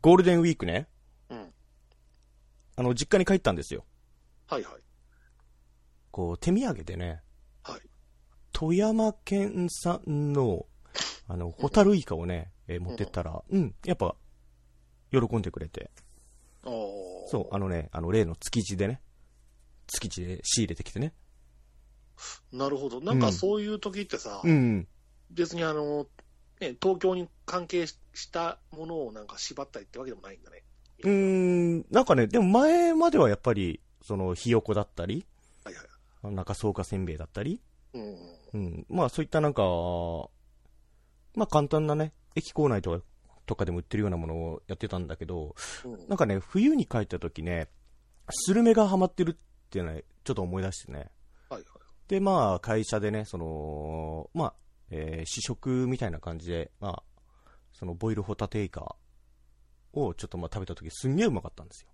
ゴールデンウィークね、 うん。 実家に帰ったんですよ。 はいはい。 こう、手土産でね、 はい。 富山県産の、ホタルイカをね、持ってったら、やっぱ、喜んでくれて。そう、例の築地でね、築地で仕入れてきてね。 なるほど。なんかそういう時ってさ、別に東京に関係したものをなんか縛ったりってわけでもないんだね。 なんかね、でも前まではやっぱり、ひよこだったり、 はいはい。 なんか草加せんべいだったり、まあそういったなんか、まあ簡単なね、駅構内とかでも売ってるようなものをやってたんだけど、なんかね、冬に帰った時ね、スルメがハマってるっていうのはちょっと思い出してね。 はいはい。 で、まあ会社でね、まあ、試食みたいな感じで、まあ、ボイルホタテイカをちょっとまあ食べた時すんげえうまかったんですよ。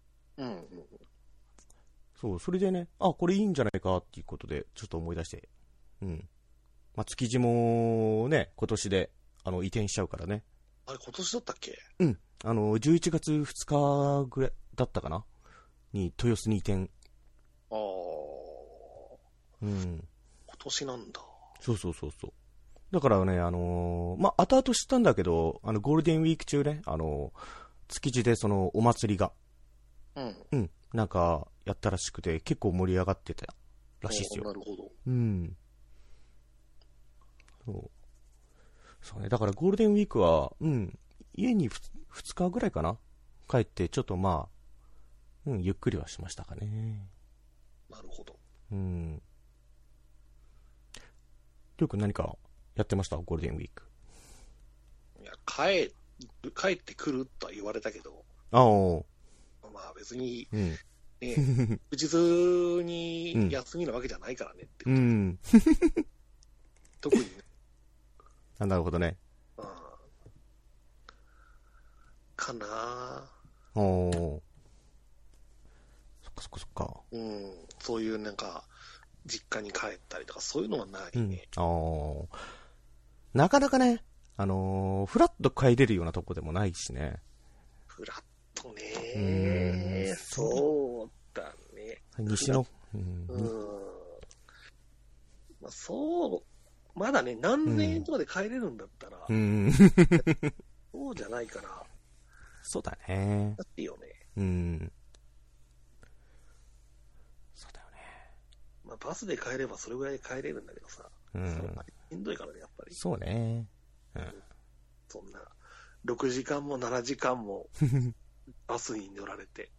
そう、それでね、あ、これいいんじゃないかっていうことで、ちょっと思い出して。まあ、築地もね、今年で、移転しちゃうからね。 あれ、今年だったっけ？ 11月2日ぐらいだったかなに、豊洲に移転。 今年なんだ。 そうそうそうそう。だからね、まあ、後々知ったんだけど、ゴールデンウィーク中ね、築地でお祭りが、なんか、やったらしくて、結構盛り上がってたらしいですよ。 なるほど。 そうね、だからゴールデンウィークは、家に2日ぐらいかな帰って、ちょっとまあ、ゆっくりはしましたかね。 なるほど。 りょうくん何かやってましたゴールデンウィーク。 いや、帰ってくるとは言われたけど、まあ別に、ね、普通に休みなわけじゃないからねってこと。特にね。 なるほどね。 かなそっかそっかそっか。 そういうなんか、実家に帰ったりとか、そういうのはないね。 なかなかね、フラッと帰れるようなとこでもないしね。 フラッとね。そうだね。 西の。 まあ、まだね、何千円とかで帰れるんだったら、そうじゃないから。 そうだね。 だってよね。 そうだよね。 まあ、バスで帰ればそれぐらいで帰れるんだけどさ。しんどいからね、やっぱり。 そうね。 そんな、6時間も7時間もバスに乗られて。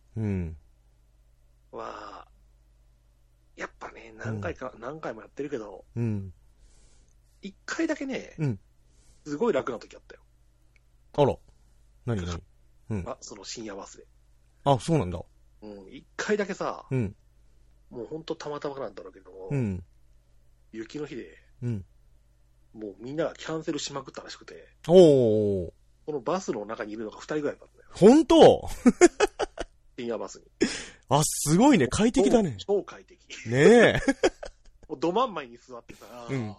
やっぱね、何回もやってるけど、1回だけね、すごい楽な時あったよ。 あら。何その深夜バスで。 あ、そうなんだ。 1回だけさ、もうほんとたまたまなんだろうけど、雪の日で、もうみんながキャンセルしまくったらしくて、このバスの中にいるのが2人ぐらいだったんだよ。 ほんと？ 深夜バスに。 あ、すごいね。快適だね。 超快適。 ねえ。 もうど真ん前に座ってさ、ってやって。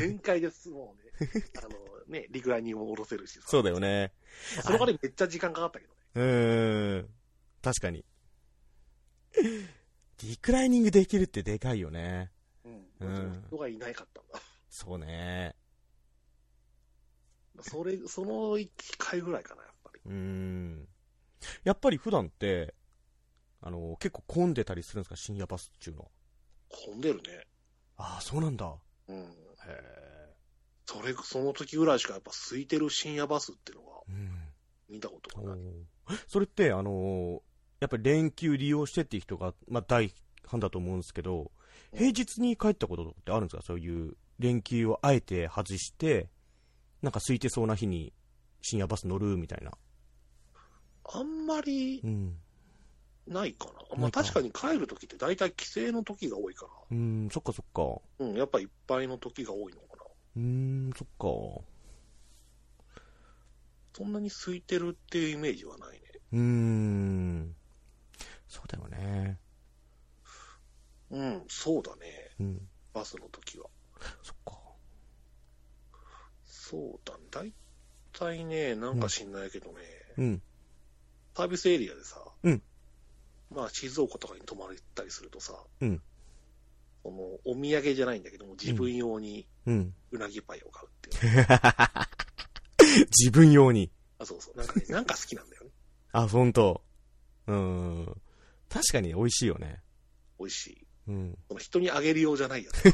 全開です、もうね。リクライニングも下ろせるしさ。 そうだよね。 その代わりめっちゃ時間かかったけどね。確かに。リクライニングできるってでかいよね。 人がいないかったんだ。 そうね。 その1回ぐらいかな、やっぱり。 やっぱり普段って、結構混んでたりするんですか、深夜バスっていうのは。 混んでるね。 ああ、そうなんだ。 へえ。その時ぐらいしかやっぱ空いてる深夜バスっていうのは、見たことがない。 それって、やっぱり連休利用してっていう人が、まあ大半だと思うんですけど、平日に帰ったことってあるんですか？そういう連休をあえて外して、なんか空いてそうな日に深夜バス乗るみたいな。 あんまり、ないかな。まあ確かに帰るときって大体帰省の時が多いから。 そっかそっか。やっぱいっぱいの時が多いのかな。 そっか。 そんなに空いてるっていうイメージはないね。 そうだよね。 そうだね。バスの時は。 そっか。 そうだね。大体ね、なんか知んないけどね。 サービスエリアでさ、 うん。 まあ静岡とかに泊まったりするとさ、 うん。 そのお土産じゃないんだけども、自分用にうなぎパイを買うっていう、 自分用に。 あ、そうそう。なんかね、なんか好きなんだよね。 あ、ほんと。確かに美味しいよね。 美味しい。 うん。 その人にあげる用じゃないやつ。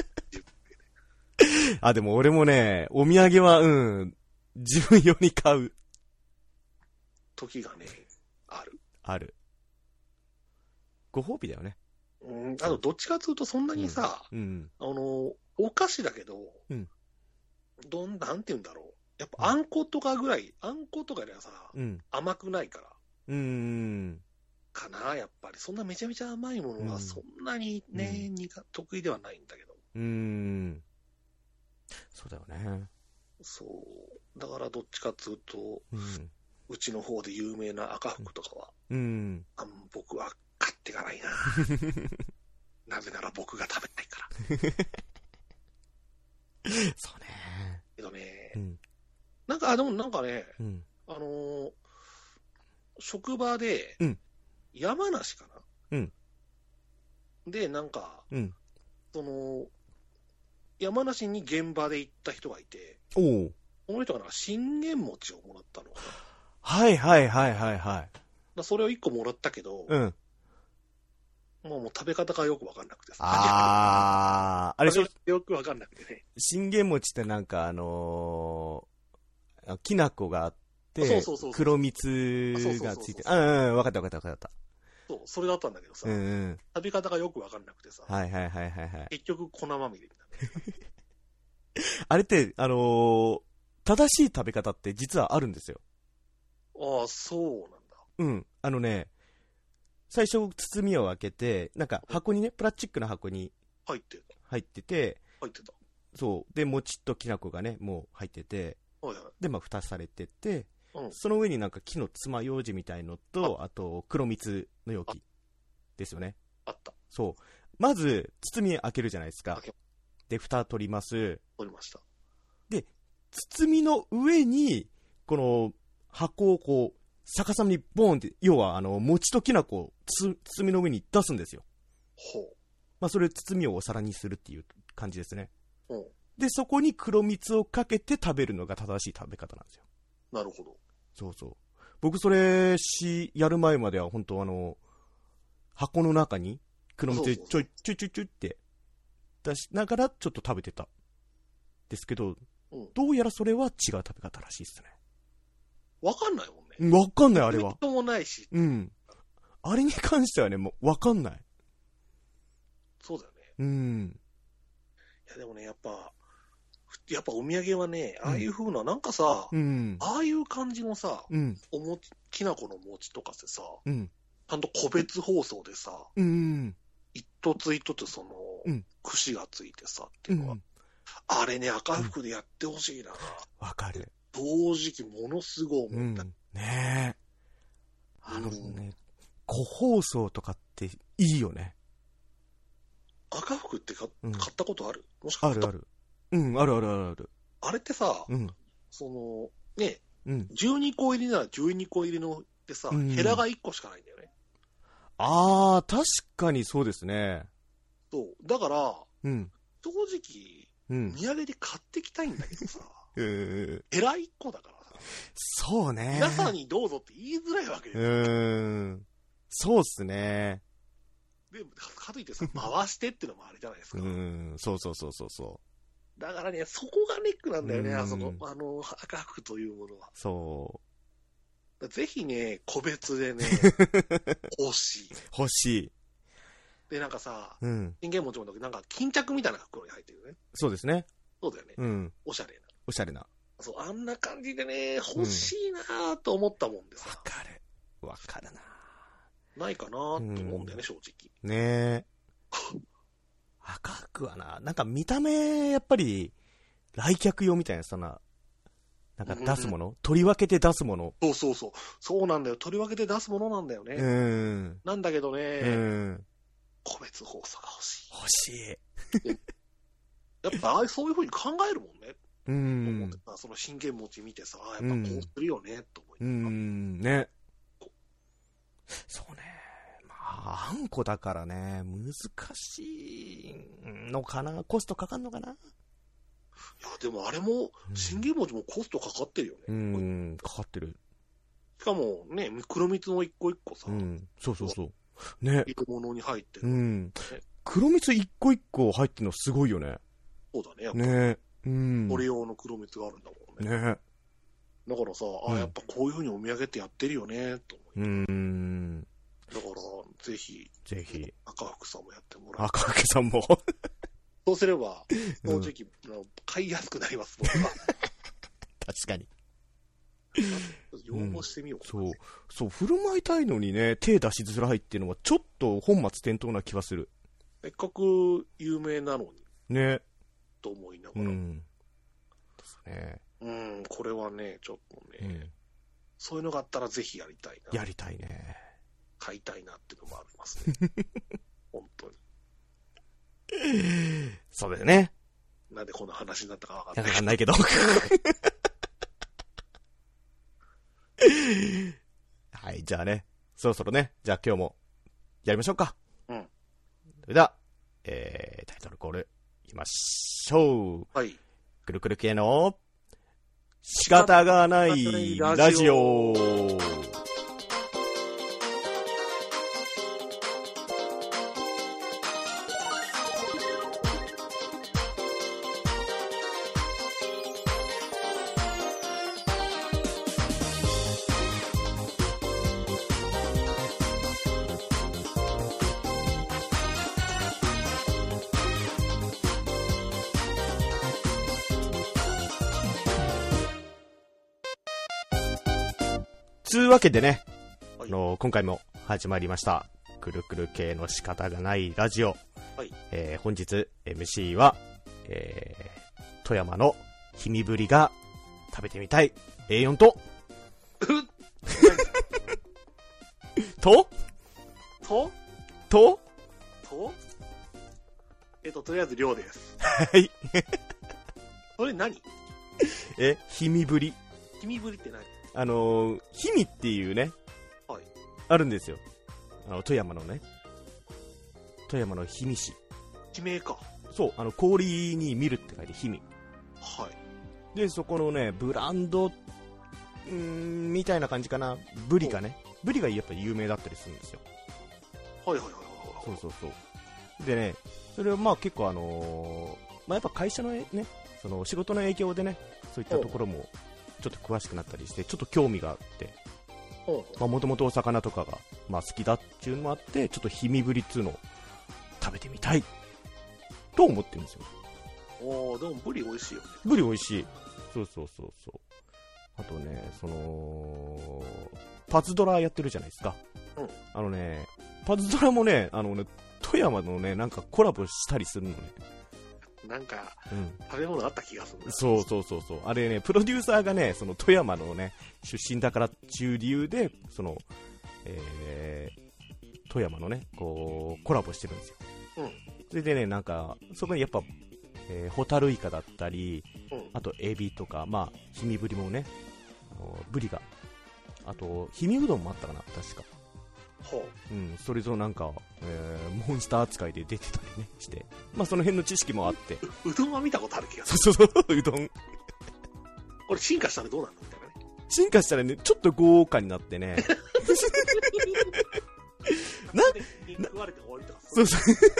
あ、でも俺もね、お土産は、自分用に買う。 時がね、ある。 ある。ご褒美だよね。 あと、どっちかというとそんなにさ、お菓子だけど、なんて言うんだろう。やっぱあんことかぐらい、あんことかではさ、甘くないから。かな、やっぱり。そんなめちゃめちゃ甘いものはそんなにね、得意ではないんだけど。 そうだよね。 そう。だからどっちかというと、うちの方で有名な赤福とかは、僕は買っていかないな。なぜなら僕が食べたいから。 そうね。 けどね、でもなんかね、職場で、山梨かな、で、なんか、その、山梨に現場で行った人がいて、この人がなんか信玄餅をもらったのかな。 はいはいはいはいはい。 それを1個もらったけど、もう食べ方がよくわかんなくてさ。 あれよくわかんなくてね。 信玄餅ってなんかきな粉があって、黒蜜がついて、わかったわかったわかった。 そう、それだったんだけどさ、食べ方がよくわかんなくてさ、 はいはいはいはいはい。 結局粉まみれみたいな。 あれって、正しい食べ方って実はあるんですよ。 ああ、そうなんだ。 最初包みを開けて、なんか箱にね、プラスチックの箱に入ってて、そう。で、餅ときな粉がね、もう入ってて、で、まあ、蓋されてて、その上になんか木の爪楊枝みたいのと、あと、黒蜜の容器ですよね。 あった。 そう。まず、包み開けるじゃないですか。で、蓋取ります。 取りました。 で、包みの上に、この箱をこう、逆さまにボーンって、要は餅ときな粉を包みの上に出すんですよ。まあそれ包みをお皿にするっていう感じですね。で、そこに黒蜜をかけて食べるのが正しい食べ方なんですよ。 なるほど。 そうそう。僕それやる前までは本当箱の中に黒蜜ちょいって出しながらちょっと食べてた。ですけど、どうやらそれは違う食べ方らしいですね。 わかんないもんね。 わかんない、あれは。 人もないし。 あれに関してはね、もうわかんない。 そうだよね。いや、でもね、やっぱお土産はね、ああいう風な、なんかさ、ああいう感じのさ、きな粉の餅とかってさ、ちゃんと個別包装でさ、一つ一つその、串がついてさ、っていうのは、あれね、赤福でやってほしいな。 わかる。 正直、ものすごい思った。 ねえ。個包装とかっていいよね。 赤福って買ったことある？もしかしたら。ある。あるあるある。 あれってさ、その、ね、12個入りなら12個入りのってさ、ヘラが1個しかないんだよね。 ああ、確かにそうですね。 そう。だから、正直、土産で買ってきたいんだけどさ、ヘラ1個だからさ。 そうね。 皆さんにどうぞって言いづらいわけよ。 そうっすね。 で、かといってさ、回してってのもあれじゃないですか。 そう。 だからね、そこがネックなんだよね、赤福というものは。 そう。 ぜひね、個別でね、欲しい。 欲しい。 で、なんかさ、信玄餅の時なんか巾着みたいな袋に入ってるよね。 そうですね。 そうだよね。おしゃれな。 おしゃれな。 そう、あんな感じでね、欲しいなと思ったもんでさ。 わかるな。 ないかなと思うんだよね、正直。 ねえ。赤福はな、なんか見た目、やっぱり、来客用みたいな、なんか出すもの、取り分けて出すもの。 そう。そうなんだよ。取り分けて出すものなんだよね。なんだけどね、個別包装が欲しい。 欲しい。 やっぱ、そういう風に考えるもんね。その信玄餅見てさ、やっぱこうするよね、と思いながら。 ね。 こ個だからね、難しいのかな、コストかかんのかな。いや、でもあれも、信玄餅もコストかかってるよね。 かかってる。 しかもね、黒蜜の一個一個さ。 そうそうそう。ね。 入れ物に入ってる。 ね、黒蜜一個一個入ってるのすごいよね。 そうだね、やっぱ。 ね。 これ用の黒蜜があるんだもんね。 ね。 だからさ、やっぱこういう風にお土産ってやってるよね、と思う。だから、ぜひ、赤福さんもやってもらう。 赤福さんもそうすれば、正直、買いやすくなります、僕は。 確かに。 要望してみようかな、 そう、振る舞いたいのにね、手出しづらいっていうのは、ちょっと本末転倒な気がする。 せっかく有名なのに。 ね。 と思いながら。 ですね。 これはね、ちょっとね、そういうのがあったらぜひやりたいな。 やりたいね。 買いたいなっていうのもありますね。本当に。 そうですね。 なんでこんな話になったかわかんないけど。はい、じゃあね、そろそろね、じゃあ今日もやりましょうか。それでは、タイトルコールいきましょう。 はい。 くるくる系の仕方がないラジオ。つうわけでね、今回も始まりました、くるくる系の仕方がないラジオ。本日 MC は、富山の氷見ぶりが食べてみたい A4 ととりあえず量です。 はい。 それ何？ 氷見ぶり。 氷見ぶりって何？ 氷見っていうね、あるんですよ。富山のね、富山の氷見市。 地名か。 そう、氷に見るって書いて氷見。 はい。 で、そこのね、ブランド、みたいな感じかな。ブリがね、ブリがやっぱ有名だったりするんですよ。 そう。 でね、それはまあ結構やっぱ会社のね、その仕事の影響でね、そういったところもちょっと詳しくなったりして、ちょっと興味があって、もともとお魚とかが、好きだっていうのもあって、ちょっと氷見ぶりっていうのを食べてみたいと思ってるんですよ。 でもブリ美味しいよね。 ブリ美味しい。そう。あとね、パズドラやってるじゃないですか。パズドラもね、富山のね、なんかコラボしたりするのね。 なんか、食べ物あった気がするんだ。 そう。あれね、プロデューサーがね、その富山のね、出身だからっていう理由で、富山のね、こう、コラボしてるんですよ。それでね、なんか、そこにやっぱ、ホタルイカだったり、あとエビとか、氷見ぶりもね、ブリが、あと、氷見うどんもあったかな、確か。それぞれなんか、モンスター扱いで出てたりねして、その辺の知識もあって。 うどんは見たことある気がする。 そう、うどん。 これ進化したらどうなるのみたいなね。 進化したらね、ちょっと豪華になってね。 食われて終わりとか。 そう。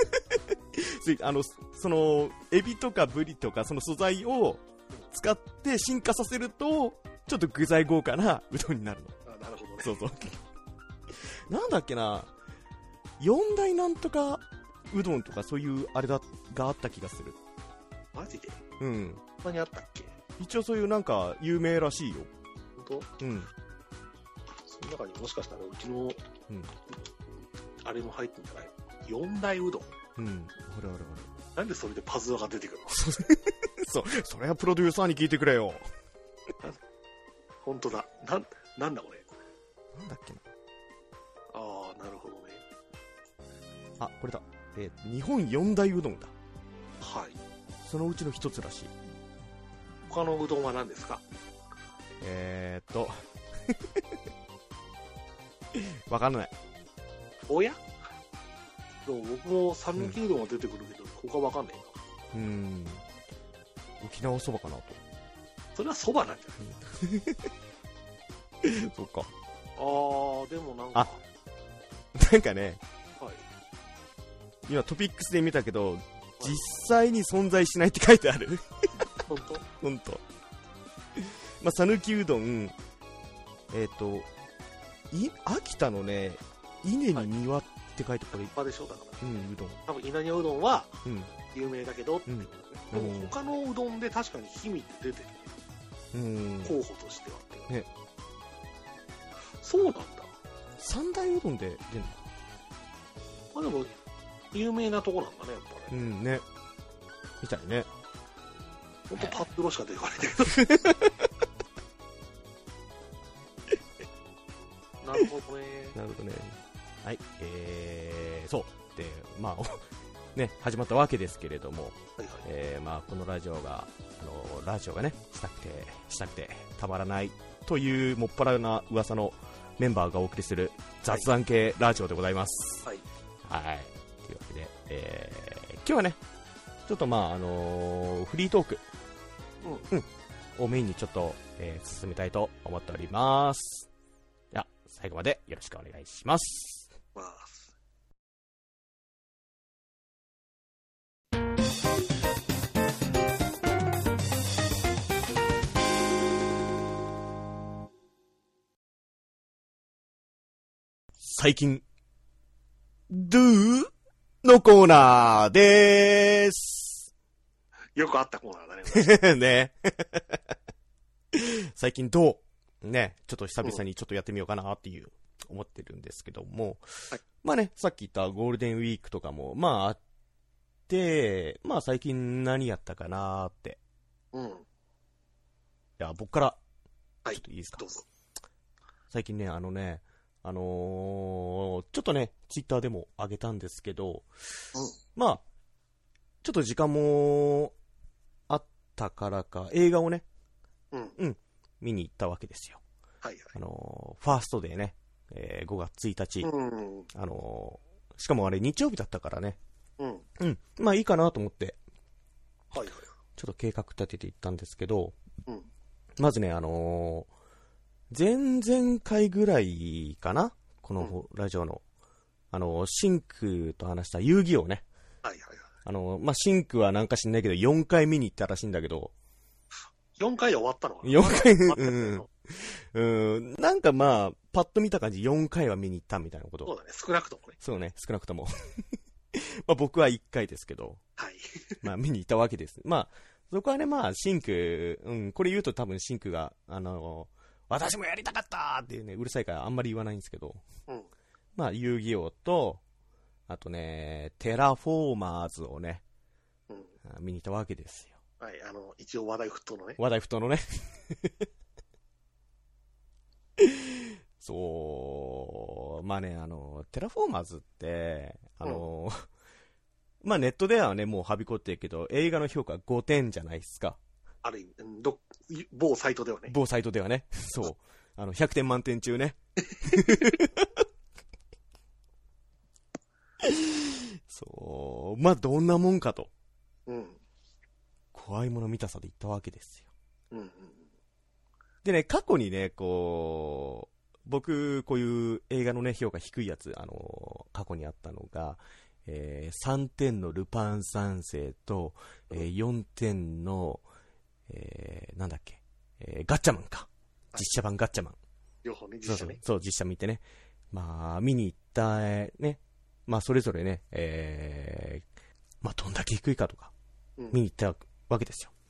その、エビとかブリとか、その素材を使って進化させると、ちょっと具材豪華なうどんになるの。 なるほどね。 そう。なんだっけな、4大なんとかうどんとかそういうあれがあった気がする。 マジで？ 何あったっけ？ 一応そういうなんか有名らしいよ。 本当？その中にもしかしたらうちの、あれも入ってんじゃない？4大うどん。 あれ。 なんでそれでパズドラが出てくるの？ それはプロデューサーに聞いてくれよ。 本当だ。なんだこれ。 なんだっけな。 なるほどね。 これだ。日本4大うどんだ。 はい。 そのうちの一つらしい。 他のうどんは何ですか？ わかんない。 おや？ 僕も讃岐うどんは出てくるけど、他わかんないな。 沖縄そばかなと。 それはそばなんじゃないそっか。 でもなんかね、 はい、 今トピックスで見たけど、実際に存在しないって書いてある。ほんと。まあ、讃岐うどん、秋田のね、稲に庭って書いてある。 立派でしょ、だから。 うどん。 多分稲庭うどんは有名だけどっていう、でも他のうどんで確かに氷見って出てる。候補としては。ね。そうなんだ。 三大うどんで出るの？ でも、有名なとこなんだね、やっぱね。 ね。みたいね。 ほんとパッドロしか出てこないんだけど。なるほどね。 なるほどね。はい。そう。で、まあ、ね、始まったわけですけれども、まあ、このラジオがね、したくてたまらないというもっぱらな噂のメンバーがお送りする雑談系ラジオでございます。はい。はい。というわけで、今日はね、ちょっとまあ、フリートーク、をメインにちょっと、進めたいと思っております。では、最後までよろしくお願いします。最近、ドゥのコーナーでーす。 よくあったコーナーだね。 ね。最近どうね、ちょっと久々にちょっとやってみようかなっていう思ってるんですけども、まあね、さっき言ったゴールデンウィークとかも、まああって、まあ最近何やったかなーって。いや、僕から、ちょっといいですか。 どうぞ。 最近ね、ちょっとね、ツイッターでも上げたんですけど、まあ、ちょっと時間もあったからか、映画をね、見に行ったわけですよ。ファーストデーね、5月1日、しかもあれ日曜日だったからね、まあいいかなと思って、ちょっと計画立てて行ったんですけど、まずね、前々回ぐらいかな、このラジオの、シンクと話した遊戯王ね。まあ、シンクはなんか知んないけど、4回見に行ったらしいんだけど。 4回で終わったのかな ?4 回、なんかまあ、パッと見た感じ、4回は見に行ったみたいなこと。 そうだね、少なくともね。 そうね、少なくとも。まあ、僕は1回ですけど。まあ、見に行ったわけです。まあ、そこはね、まあ、シンク、これ言うと多分シンクが、私もやりたかったっていうね、うるさいからあんまり言わないんですけど、まあ、遊戯王と、あとね、テラフォーマーズをね、見に行ったわけですよ。 はい、一応話題沸騰のね。 話題沸騰のね。そう、まあね、テラフォーマーズって、まあネットではね、もうはびこってるけど、映画の評価5点じゃないですか。 ある意味、某サイトではね。 某サイトではね。そう。100点満点中ね。そう。まあ、どんなもんかと。怖いもの見たさで言ったわけですよ。でね、過去にね、僕、こういう映画のね、評価低いやつ、過去にあったのが、3点のルパン三世と、4点の、なんだっけ、ガッチャマンか。実写版ガッチャマン。 両方ね、実写ね。 そう、実写見てね。まあ、見に行った、ね。まあ、それぞれね、まあ、どんだけ低いかとか、見に行ったわけですよ。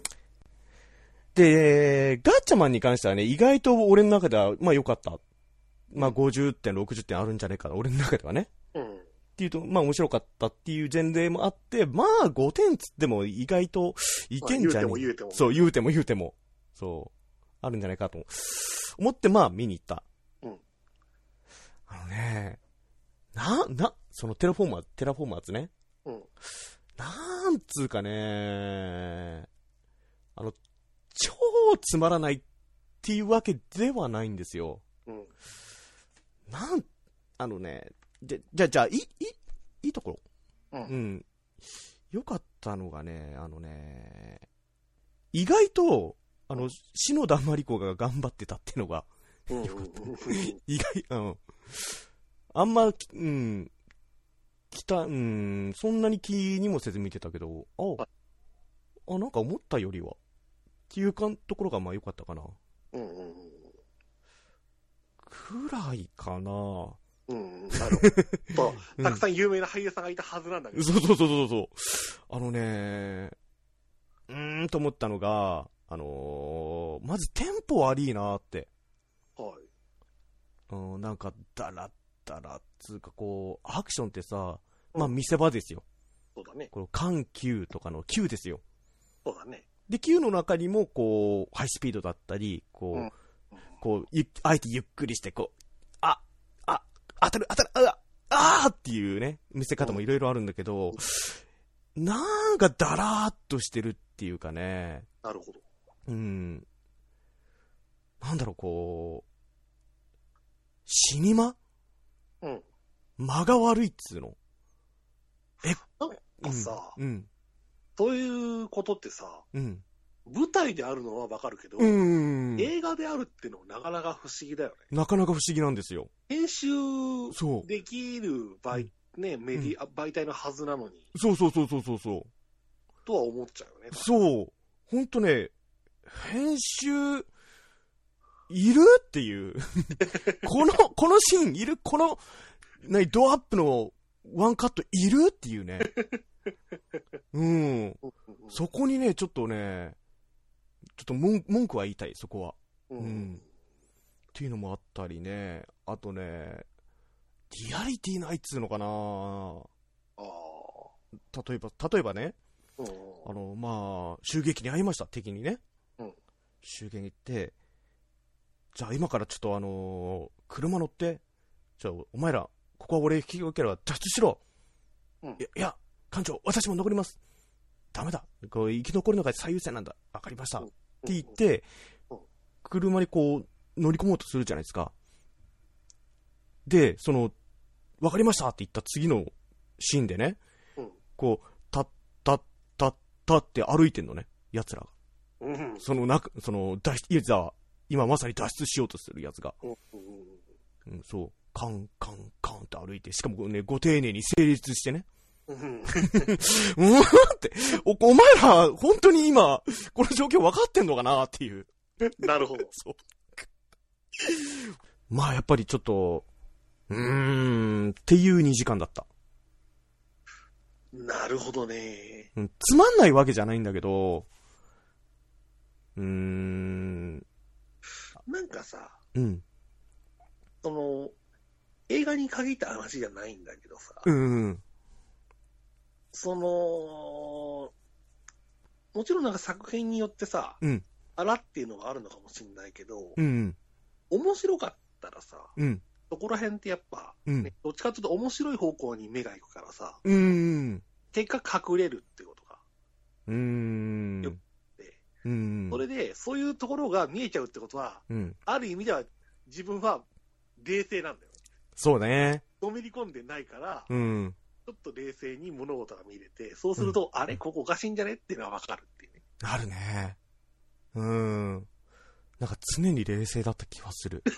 で、ガッチャマンに関してはね、意外と俺の中では、まあ、良かった。まあ、50点、60点あるんじゃないかな、俺の中ではね。っていうと、まあ面白かったっていう前例もあって、まあ5点つっても意外といけんじゃねえ。そう、言うても。そう。あるんじゃないかと思って、まあ見に行った。そのテラフォーマーズね。なんつうかね、超つまらないっていうわけではないんですよ。じゃあ、 いいところ。良かったのがね、意外と、篠田麻里子が頑張ってたっていうのが、良かった。意外、あんま、そんなに気にもせず見てたけど、なんか思ったよりは、っていうところがまあ良かったかな。くらいかな。なるほど。たくさん有名な俳優さんがいたはずなんだけど。 そう。と思ったのが、まずテンポ悪いなって。 はい。 なんか、だらだら、つうかこう、アクションってさ、まあ見せ場ですよ。 そうだね。 この緩急とかの急ですよ。 そうだね。 で、急の中にも、こう、ハイスピードだったり、こう、あえてゆっくりして、こう、当たる、っていうね、見せ方もいろいろあるんだけど、なんかだらーっとしてるっていうかね。 なるほど。 なんだろう、こう、死に間間が悪いっつうの。 なんかさ、そういうことってさ、舞台であるのはわかるけど、映画であるってのもなかなか不思議だよね。 なかなか不思議なんですよ。 編集できる媒体のはずなのに。 そう。とは思っちゃうよね。 そう。ほんとね、編集、いるっていう。このシーンいる？ドアップのワンカットいるっていうね。そこにね、ちょっと文句は言いたい、そこは。っていうのもあったりね。あとね、リアリティないっつうのかな。例えばね、まあ、襲撃に遭いました、敵にね。襲撃行って、じゃあ今からちょっと車乗って、お前ら、ここは俺引き受けるから脱出しろ。いや、艦長、私も残ります。ダメだ。こう生き残るのが最優先なんだ。わかりました。って言って、車にこう、乗り込もうとするじゃないですか。で、わかりましたって言った次のシーンでね、こう、たって歩いてんのね、奴らが。今まさに脱出しようとする奴が。そう、カンって歩いて、しかもね、ご丁寧に整列してね。って、お前ら、本当に今、この状況分かってんのかなっていう。 なるほど。 そう。まあ、やっぱりちょっと、っていう2時間だった。 なるほどね。 つまんないわけじゃないんだけど、なんかさ、映画に限った話じゃないんだけどさ、もちろんなんか作品によってさ、あらっていうのがあるのかもしれないけど、面白かったらさ、そこら辺ってやっぱ、どっちかというと面白い方向に目が行くからさ、結果隠れるってことが、よくて、それで、そういうところが見えちゃうってことは、ある意味では自分は冷静なんだよ。 そうね。 のめり込んでないから、ちょっと冷静に物事が見れて、そうすると、あれここおかしいんじゃねっていうのはわかるっていうね。 あるね。なんか常に冷静だった気がする。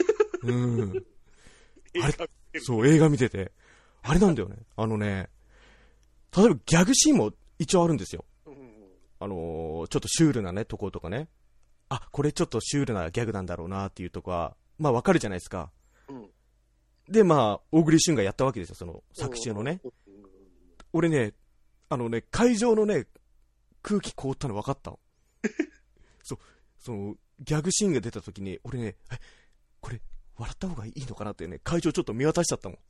あれ、そう、映画見てて。あれなんだよね。例えばギャグシーンも一応あるんですよ。ちょっとシュールなね、ところとかね。これちょっとシュールなギャグなんだろうなっていうとこは、まあわかるじゃないですか。で、まあ、小栗旬がやったわけですよ、その作中のね。俺ね、会場のね、空気凍ったの分かったの。ギャグシーンが出た時に、俺ね、これ、笑った方がいいのかなってね、会場ちょっと見渡しちゃったもん。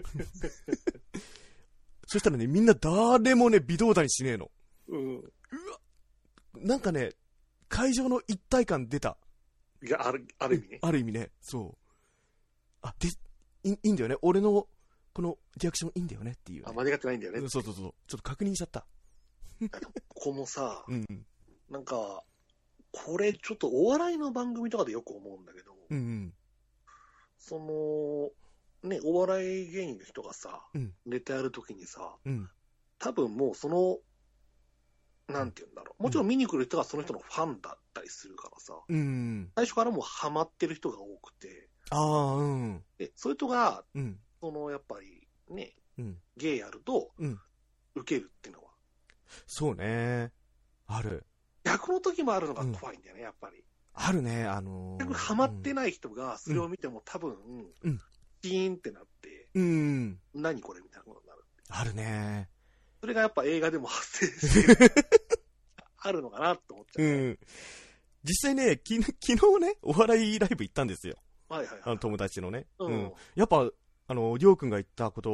そしたらね、みんな誰もね、微動だにしねえの。うわ、なんかね、会場の一体感出た。 いや、ある意味ね。 ある意味ね、そう。いいんだよね。俺の、このリアクションいいんだよねっていう、ね。 間違ってないんだよね。 そう。ちょっと確認しちゃった。 ここもさ、なんか、これちょっとお笑いの番組とかでよく思うんだけど、 ね、お笑い芸人の人がさ、ネタやるときにさ、多分もうその、なんて言うんだろう。もちろん見に来る人がその人のファンだったりするからさ、最初からもうハマってる人が多くて、で、そういう人が、そのやっぱりね、芸やると、受けるっていうのは。 そうね。ある。 逆の時もあるのが怖いんだよね、やっぱり。 あるね、 結局ハマってない人がそれを見ても多分、ピーンってなって、何これみたいなことになる。 あるね。 それがやっぱ映画でも発生してる。あるのかなって思っちゃう。 実際ね、昨日ね、お笑いライブ行ったんですよ。 はいはいはい。 友達のね。やっぱ、りょうくんが言ったこと、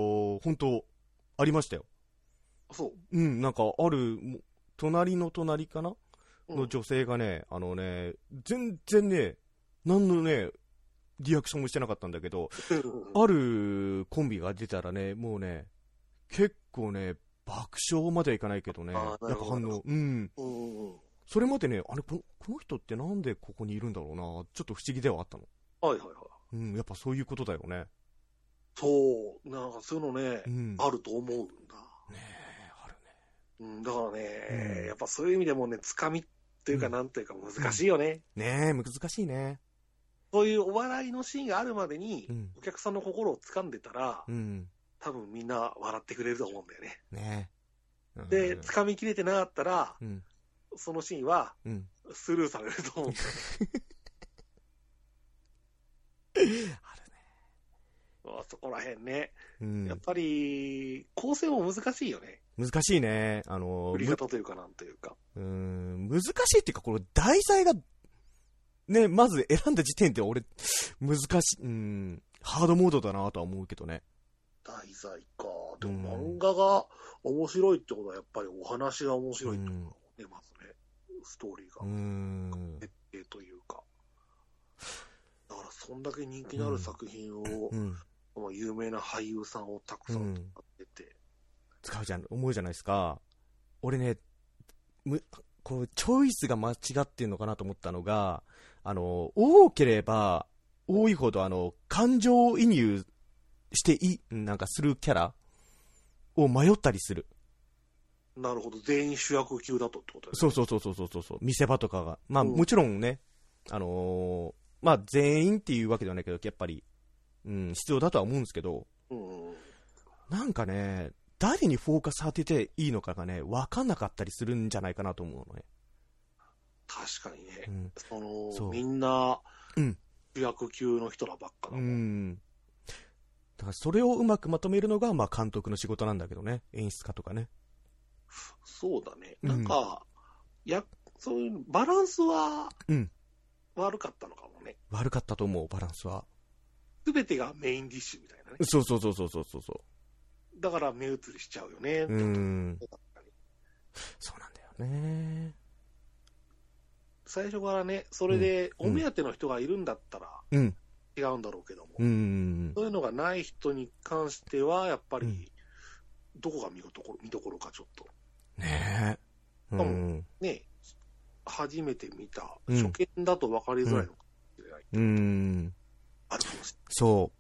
本当ありましたよ。 そう。 なんか、ある、隣の隣かなの女性がね、全然ね、何のね、リアクションもしてなかったんだけど、あるコンビが出たらね、もうね、結構ね、爆笑まではいかないけどね、やっぱ反応、それまでね、この人ってなんでここにいるんだろうな、ちょっと不思議ではあったの。 はいはいはい。 やっぱそういうことだよね。 そう、なんかそういうのね、あると思うんだ。 ねえ、あるね。だからね、やっぱそういう意味でもね、つかみというかなんというか難しいよね。 ねえ、難しいね。 そういうお笑いのシーンがあるまでに、お客さんの心を掴んでたら、多分みんな笑ってくれると思うんだよね。 ねえ。で、掴みきれてなかったら、そのシーンは、スルーされると思うんだよね。 あるね。 そこら辺ね。やっぱり、構成も難しいよね。 難しいね。 振り方というかなんというか。 難しいっていうか、この題材が、ね、まず選んだ時点で俺、難しい、ハードモードだなとは思うけどね。 題材か。でも漫画が面白いってことはやっぱりお話が面白いってことだもんね、まずね。ストーリーが。設定というか。だからそんだけ人気のある作品を、有名な俳優さんをたくさん使ってて。 使うじゃん、思うじゃないですか。俺ね、こうチョイスが間違ってるのかなと思ったのが、多ければ多いほど感情移入してなんかするキャラを迷ったりする。 なるほど、全員主役級だとってことですね。そう。見せ場とかが。まあもちろんね、まあ全員っていうわけではないけど、やっぱり、必要だとは思うんですけど、なんかね、誰にフォーカス当てていいのかがね、分かんなかったりするんじゃないかなと思うのね。 確かにね。みんな、主役級の人らばっかだもん。 だからそれをうまくまとめるのが、まあ監督の仕事なんだけどね。演出家とかね。 そうだね。なんか、そういうバランスは、悪かったのかもね。 悪かったと思う、バランスは。 すべてがメインディッシュみたいなね。 そう。 だから目移りしちゃうよね。そうなんだよね。 最初からね、それでお目当ての人がいるんだったら違うんだろうけども、そういうのがない人に関してはやっぱりどこが見どころかちょっと。 ねえ。ね、初めて見た初見だと分かりづらいのかもしれない。あるかもしれない。 そう。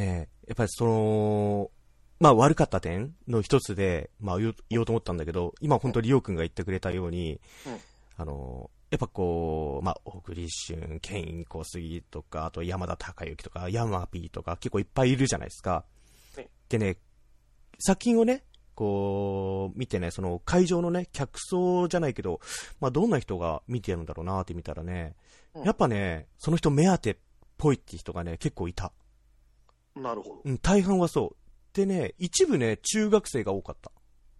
やっぱりまあ悪かった点の一つで、まあ言おうと思ったんだけど、今本当にりょうくんが言ってくれたように、やっぱこう、まあ、小栗旬、ケイン小杉とか、あと山田孝之とか、ヤマピーとか結構いっぱいいるじゃないですか。でね、作品をね、こう、見てね、その会場のね、客層じゃないけど、まあどんな人が見てるんだろうなって見たらね、やっぱね、その人目当てっぽいって人がね、結構いた。 なるほど。 大半はそう。でね、一部ね、中学生が多かった。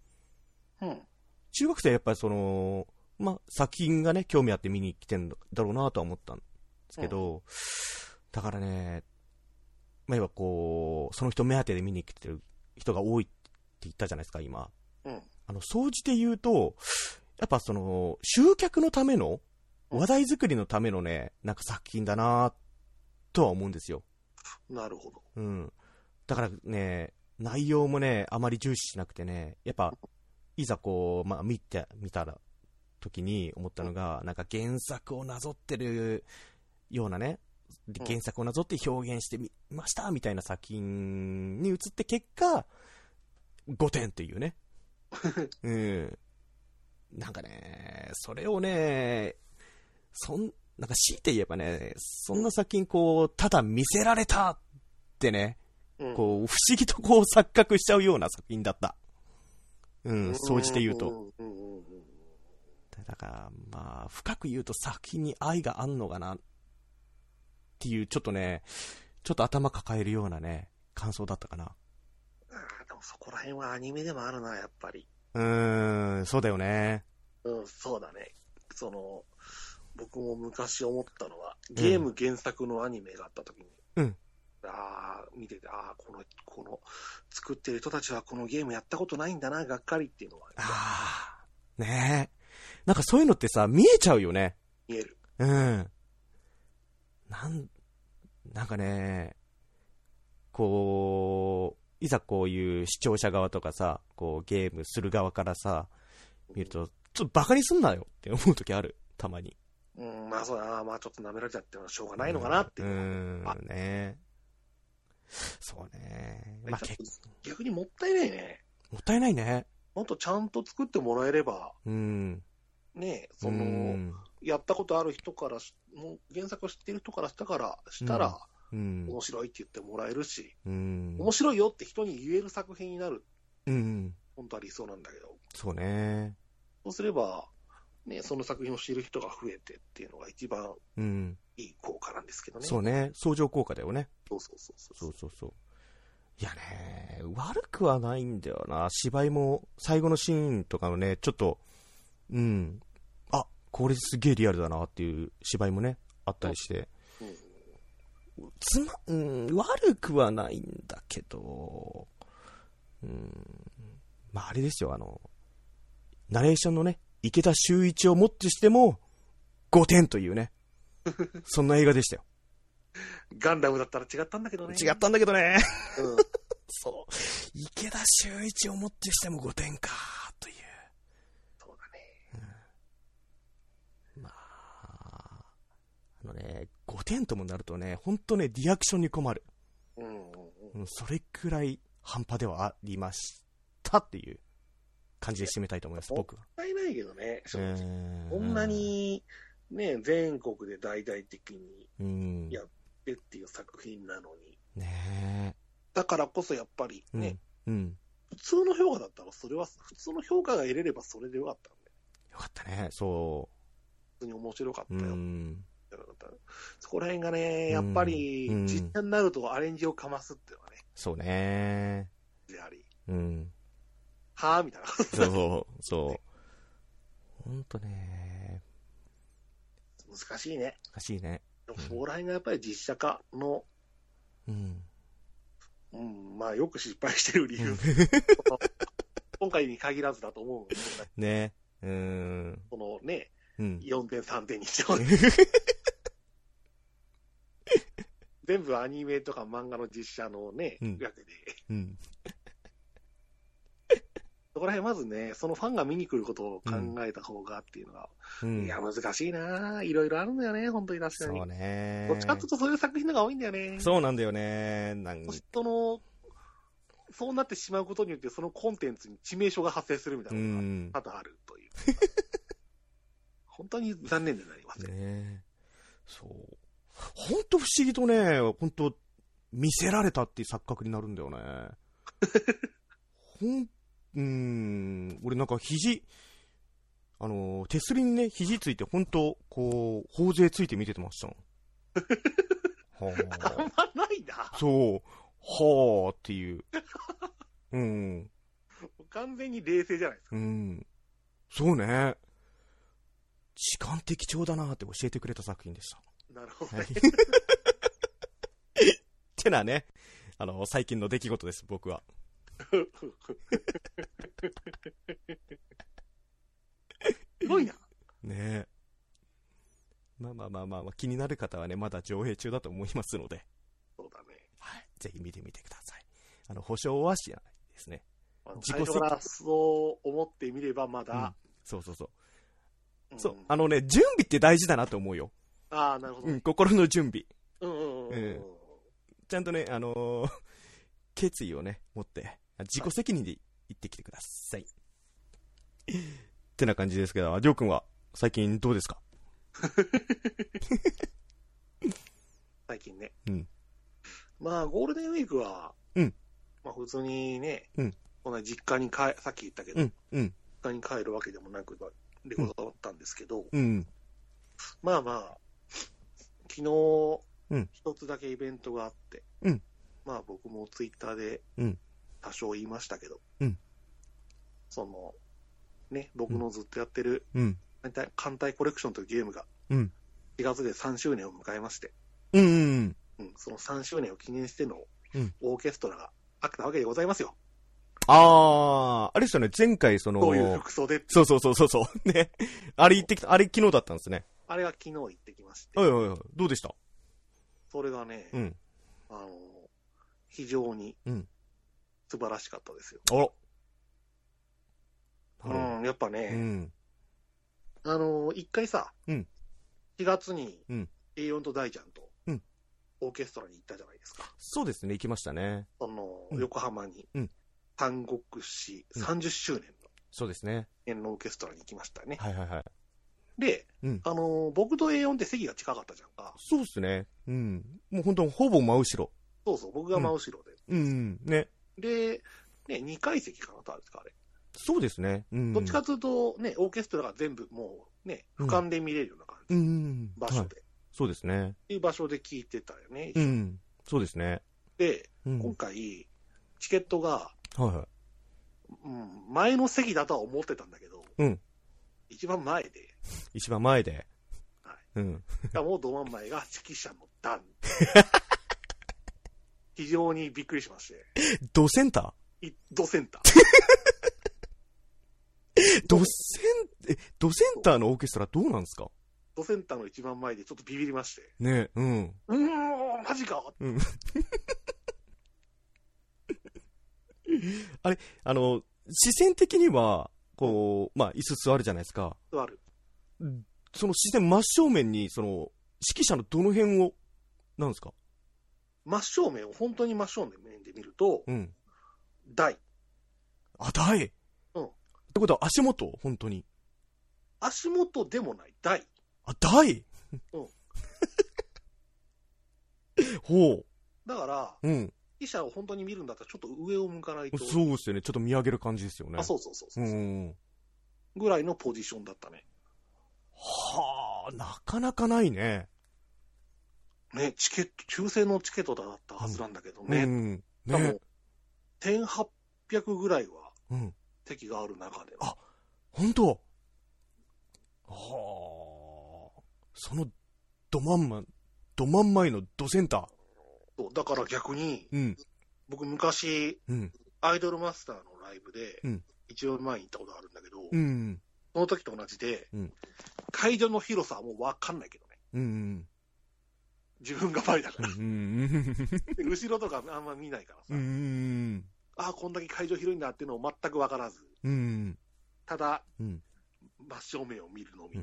中学生はやっぱりまあ、作品がね、興味あって見に来てるんだろうなとは思ったんですけど、だからね、まあ、要はこう、その人目当てで見に来てる人が多いって言ったじゃないですか、今。総じて言うと、やっぱ集客のための、話題作りのためのね、なんか作品だなとは思うんですよ。 なるほど。 だからね、内容もね、あまり重視しなくてね、やっぱ、いざこう、まあ見たら、時に思ったのが、なんか原作をなぞってるようなね、 で原作をなぞって表現してみましたみたいな作品に移って結果5点っていうねうん、なんかねそれをねなんか強いて言えばね、そんな作品こうただ見せられたってね、こう不思議とこう錯覚しちゃうような作品だった。総じて言うと。だからまあ深く言うと作品に愛があんのかなっていうちょっと頭抱えるようなね感想だったかな。 でもそこら辺はアニメでもあるなやっぱり。 そうだよね。 そうだね。僕も昔思ったのは、ゲーム原作のアニメがあった時に、見てて、この、作ってる人たちはこのゲームやったことないんだな、がっかりっていうのは。 ねえ。なんかそういうのってさ、見えちゃうよね。 見える。 なんかね、こう、いざこういう視聴者側とかさ、こうゲームする側からさ、見ると、ちょっとバカにすんなよって思う時ある、たまに。 まあそうだな、まあちょっと舐められちゃってるのはしょうがないのかなっていう。 ね。そうね。 まあ逆にもったいないね。 もったいないね。 もっとちゃんと作ってもらえれば、ね、やったことある人から、もう原作を知ってる人からしたら、面白いって言ってもらえるし、面白いよって人に言える作品になる。本当は理想なんだけど。 そうね。 そうすれば、ね、その作品を知る人が増えてっていうのが一番いい効果なんですけどね。 そうね。相乗効果だよね。 そう。 いやね、悪くはないんだよな。芝居も最後のシーンとかもね、ちょっと、これすげえリアルだなっていう芝居もね、あったりして。悪くはないんだけど、まああれですよ、ナレーションのね、池田秀一をもってしても5点というねそんな映画でしたよ。 ガンダムだったら違ったんだけどね。 そう池田秀一をもってしても5点かという。 そうだね。 まあ5点ともなるとね、本当ねリアクションに困る。それくらい半端ではありましたっていう感じで締めたいと思います。僕は。 もったいないけどね。こんなにね全国で大々的にやってっていう作品なのに。 ね。 だからこそやっぱりね、普通の評価だったらそれは普通の評価が得れればそれでよかったんで。 よかったね。そう。 普通に面白かったよ。そこら辺がねやっぱり実写になるとアレンジをかますっていうのはね。 そうね。 であり。 はぁみたいな。 そう。ほんとね。 難しいね。 難しいね。 でもそこら辺がやっぱり実写化の、まあよく失敗してる理由。今回に限らずだと思うね。 そのね、4点3点にしても全部アニメとか漫画の実写のね、わけで。そこら辺まずね、そのファンが見に来ることを考えた方がっていうのが、いや、難しいなぁ。いろいろあるんだよね、本当に確かに。 そうね。 どっちかっていうとそういう作品のが多いんだよね。 そうなんだよね。 そうなってしまうことによって、そのコンテンツに致命傷が発生するみたいなのが多々あるという。本当に残念でなりますね。 そう。本当不思議とね、本当見せられたっていう錯覚になるんだよね。俺なんか肘、手すりにね、肘ついて本当こう、頬杖ついて見ててましたもん。 あんまないな。 そう。はーっていう。 完全に冷静じゃないですか。 そうね。時間的長だなーって教えてくれた作品でした。 なるほどね。 ってなね、最近の出来事です、僕は。 すごいな。 ねえ。まあ、気になる方はね、まだ上映中だと思いますので。 そうだね。 はい。ぜひ見てみてください。保証はしないですね。 最初からそう思ってみればまだ。 そう。そう、準備って大事だなと思うよ。 ああ、なるほど、ね。 心の準備。 ちゃんとね、決意をね、持って、自己責任で行ってきてください。ってな感じですけど、りょうくんは最近どうですか？ 最近ね。 うん。 まあ、ゴールデンウィークは、 うん。 まあ、普通にね、 うん。 こんな実家にさっき言ったけど、 うん。うん。 実家に帰るわけでもなく、レコードだったんですけど、 うん。 まあまあ、昨日、 うん。 一つだけイベントがあって、 うん。 まあ僕もツイッターで多少言いましたけど、 うん。 その、ね、僕のずっとやってる、 うん。 艦隊コレクションというゲームが、 うん。 4月で3周年を迎えまして、 うん。 うん、その3周年を記念してのうん。 オーケストラがあったわけでございますよ。 あれですよね、前回そういう服装で。 そう。ね。あれ行ってきた、あれ昨日だったんですね。 あれが昨日行ってきまして。 はいはいはい。どうでした？ それがね、 うん。 非常に素晴らしかったですよ。 うん。 やっぱね、 うん。 一回さ、 うん。 4月に、 うん。 A4 と大ちゃんと、 うん。 オーケストラに行ったじゃないですか。 そうですね、行きましたね。 横浜に、三国志30周年の、 そうですね。 オーケストラに行きましたね。 はいはいはい。 で、僕と A4 って席が近かったじゃんか。 そうですね。うん。もう本当ほぼ真後ろ。 そうそう、僕が真後ろで。 ね。 で、ね、2階席かなとあれですか、あれ。 そうですね。 どっちかというと、ね、オーケストラが全部もう、ね、俯瞰で見れるような感じ。場所で。 そうですね。 っていう場所で聞いてたよね。 そうですね。 で、今回、チケットが、前の席だとは思ってたんだけど、一番前で。 はい。 もうど真ん前が指揮者のダン。非常にびっくりしまして。 ドセンター。 ドセンターのオーケストラどうなんですか？ ドセンターの一番前でちょっとビビりまして。 ね、 マジか。 あれ、視線的には、こう、まあ、椅子座るじゃないですか。 座る。 その視線真正面に、指揮者のどの辺を、なんですか？ 真正面を、本当に真正面で見ると、台。 台。ってことは足元？本当に。 足元でもない、台。 台。ほう。 だから、指揮者を本当に見るんだったらちょっと上を向かないと。 そうですよね。ちょっと見上げる感じですよね。 そう。ぐらいのポジションだったね。 はあ、なかなかないね。 ね、抽選のチケットだったはずなんだけどね。でも、1800ぐらいは、席がある中で。 本当？はあ。その、ど真ん前のドセンター。 そう、だから逆に、僕昔、アイドルマスターのライブで、一応前に行ったことあるんだけど、その時と同じで、会場の広さはもう分かんないけどね。自分が前だから。後ろとかあんま見ないからさ。こんだけ会場広いんだっていうのを全く分からず。ただ、真正面を見るのみって。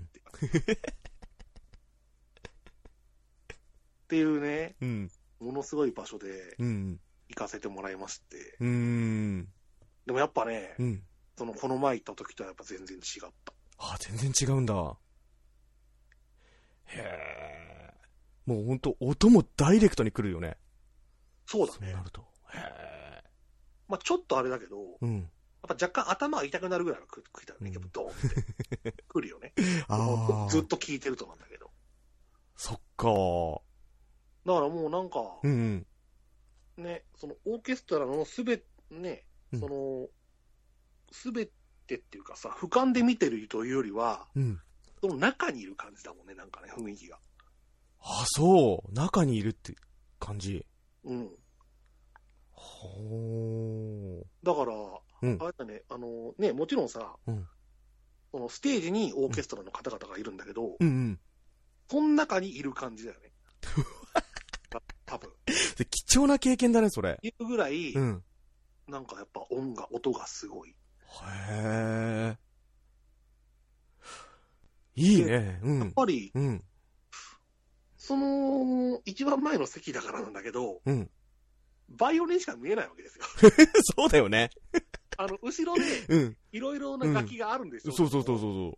っていうね、ものすごい場所で行かせてもらいまして。でもやっぱね、この前行った時とはやっぱ全然違った。 全然違うんだ。へえ。もうほんと音もダイレクトに来るよね。 そうだね。 そうなると。へえ。 まあちょっとあれだけど、やっぱ若干頭が痛くなるぐらいの来たよね。やっぱドーンって来るよね。ずっと聞いてるとなんだけど。 そっか。 だからもうなんか、ね、そのオーケストラのすべてっていうかさ、俯瞰で見てるというよりは、その中にいる感じだもんね、なんかね、雰囲気が。 そう。中にいるって感じ。 ほー。だから、あれだね、ね、もちろんさ、そのステージにオーケストラの方々がいるんだけど、その中にいる感じだよね。多分。 貴重な経験だね、それ。 いうぐらい、なんかやっぱ音がすごい。 へー。いいね。 やっぱり、 その、一番前の席だからなんだけど、 うん。 バイオリンしか見えないわけですよ。 そうだよね。 後ろで、いろいろな楽器があるんですよ。 そう。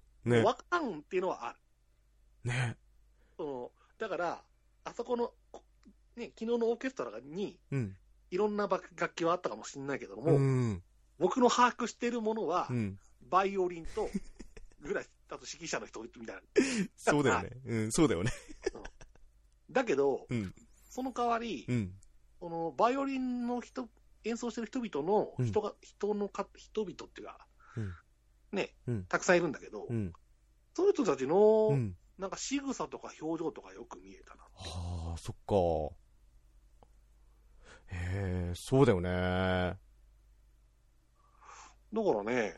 ね。わからんっていうのはある。 ね。 だから、あそこの、ね、昨日のオーケストラに、いろんな楽器はあったかもしれないけども、僕の把握しているものは、バイオリンと、ぐらい、あと指揮者の人みたいな。 そうだよね。そうだよね。 だけど、その代わり、バイオリンの演奏してる人々の、人々っていうか、ね、たくさんいるんだけど、そういう人たちの、なんか仕草とか表情とかよく見えたな。 はあ、そっか。へえ、そうだよね。 だからね、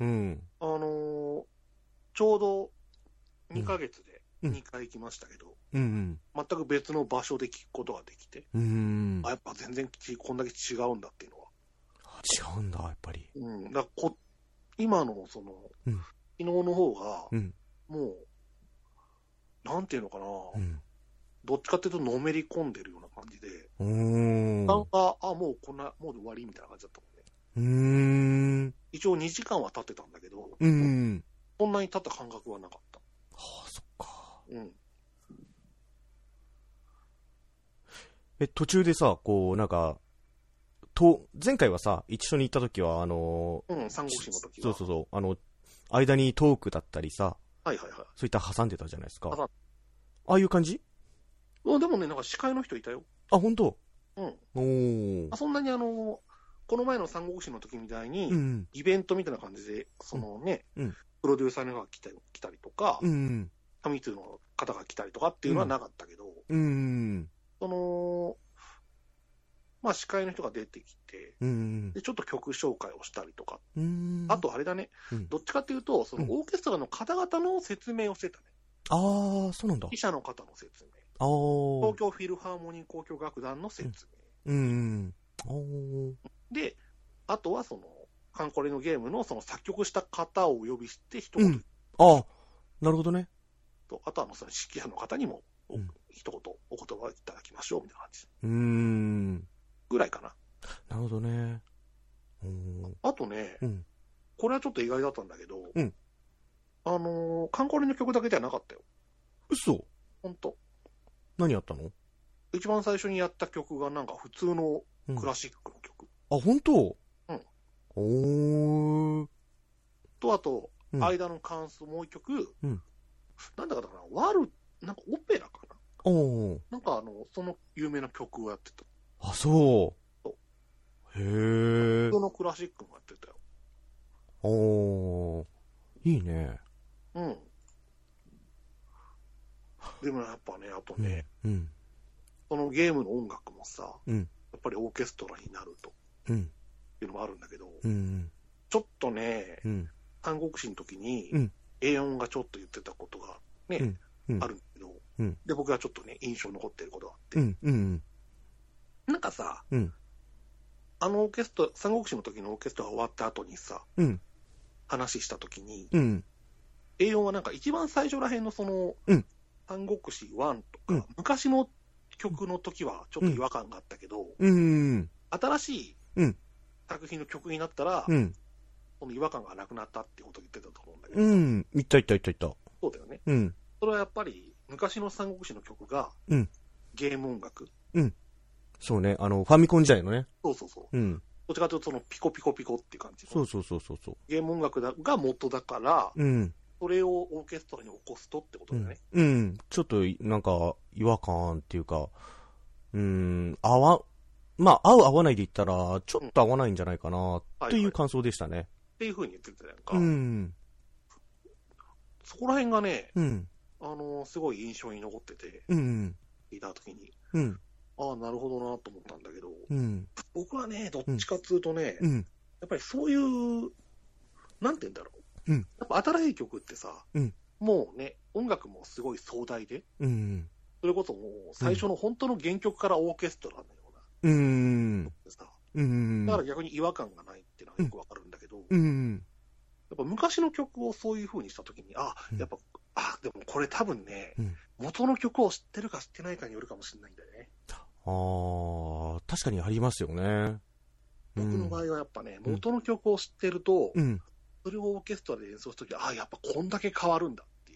ちょうど2ヶ月で2回行きましたけど、全く別の場所で聞くことができて、やっぱ全然こんだけ違うんだっていうのは。 違うんだ、やっぱり。 だから今の昨日の方が、もう、なんていうのかな、どっちかっていうとのめり込んでるような感じで、なんか、もう終わりみたいな感じだったもんね。一応2時間は経ってたんだけど、そんなに経った感覚はなかった。 はあ、そっか。途中でさ、こう、なんか、前回はさ、一緒に行った時は、 三国志の時は。 そう、間にトークだったりさ、そういった挟んでたじゃないですか。ああいう感じ？ でもね、なんか司会の人いたよ。 あ、本当？ そんなにこの前の三国志の時みたいに、イベントみたいな感じで、プロデューサーの方が来たりとか、上通の方が来たりとかっていうのはなかったけど、司会の人が出てきて、でちょっと曲紹介をしたりとか、あとあれだね、どっちかっていうと、そのオーケストラの方々の説明をしてたね。 ああ、そうなんだ。 記者の方の説明。東京フィルハーモニー交響楽団の説明。で、あとはカンコレのゲームの作曲した方をお呼びして一言。 なるほどね。 あとはその指揮者の方にも一言お言葉をいただきましょうみたいな感じ。ぐらいかな。 なるほどね。 あとね、これはちょっと意外だったんだけど、カンコレの曲だけではなかったよ。 嘘？ ほんと。 何やったの？ 一番最初にやった曲がなんか普通のクラシックの曲。 あ、本当？ あと、間の関数もう一曲、なんだかな、なんかオペラかな。なんかその有名な曲をやってた。 あ、そう。へえ。 普通のクラシックもやってたよ。 いいね。 でもやっぱね、あとね、そのゲームの音楽もさ、やっぱりオーケストラになると、いうのもあるんだけど、ちょっとね、三国志の時に、A4 がちょっと言ってたことがね、あるんだけど、で、僕がちょっとね、印象に残ってることがあって、なんかさ、オーケストラ、三国志の時のオーケストラが終わった後にさ、話した時に、A4 はなんか一番最初らへんの三国志1とか、昔の曲の時はちょっと違和感があったけど、新しい作品の曲になったら、その違和感がなくなったってことを言ってたと思うんだけど。 言った。 そうだよね。それはやっぱり昔の三国志の曲が、ゲーム音楽。 そうね、ファミコン時代のね。 そう。どっちかというとピコピコピコっていう感じの。 そう。 ゲーム音楽が元だから、それをオーケストラに起こすとってことだよね。 ちょっとなんか違和感っていうか、合う合わないで言ったら、ちょっと合わないんじゃないかな、という感想でしたね。 っていう風に言ってたやんか。そこら辺がね、すごい印象に残ってて、聞いたときに、なるほどなと思ったんだけど、僕はね、どっちかっていうとね、やっぱりそういう、なんて言うんだろう。やっぱ新しい曲ってさ、もうね、音楽もすごい壮大で、それこそもう最初の本当の原曲からオーケストラのような、だから逆に違和感がないっていうのはよくわかるんだけど、やっぱ昔の曲をそういう風にしたときに、でもこれ多分ね、 元の曲を知ってるか知ってないかによるかもしれないんだよね。 確かにありますよね。 僕の場合はやっぱね、元の曲を知ってると、それをオーケストラで演奏するとき、やっぱこんだけ変わるんだっていう。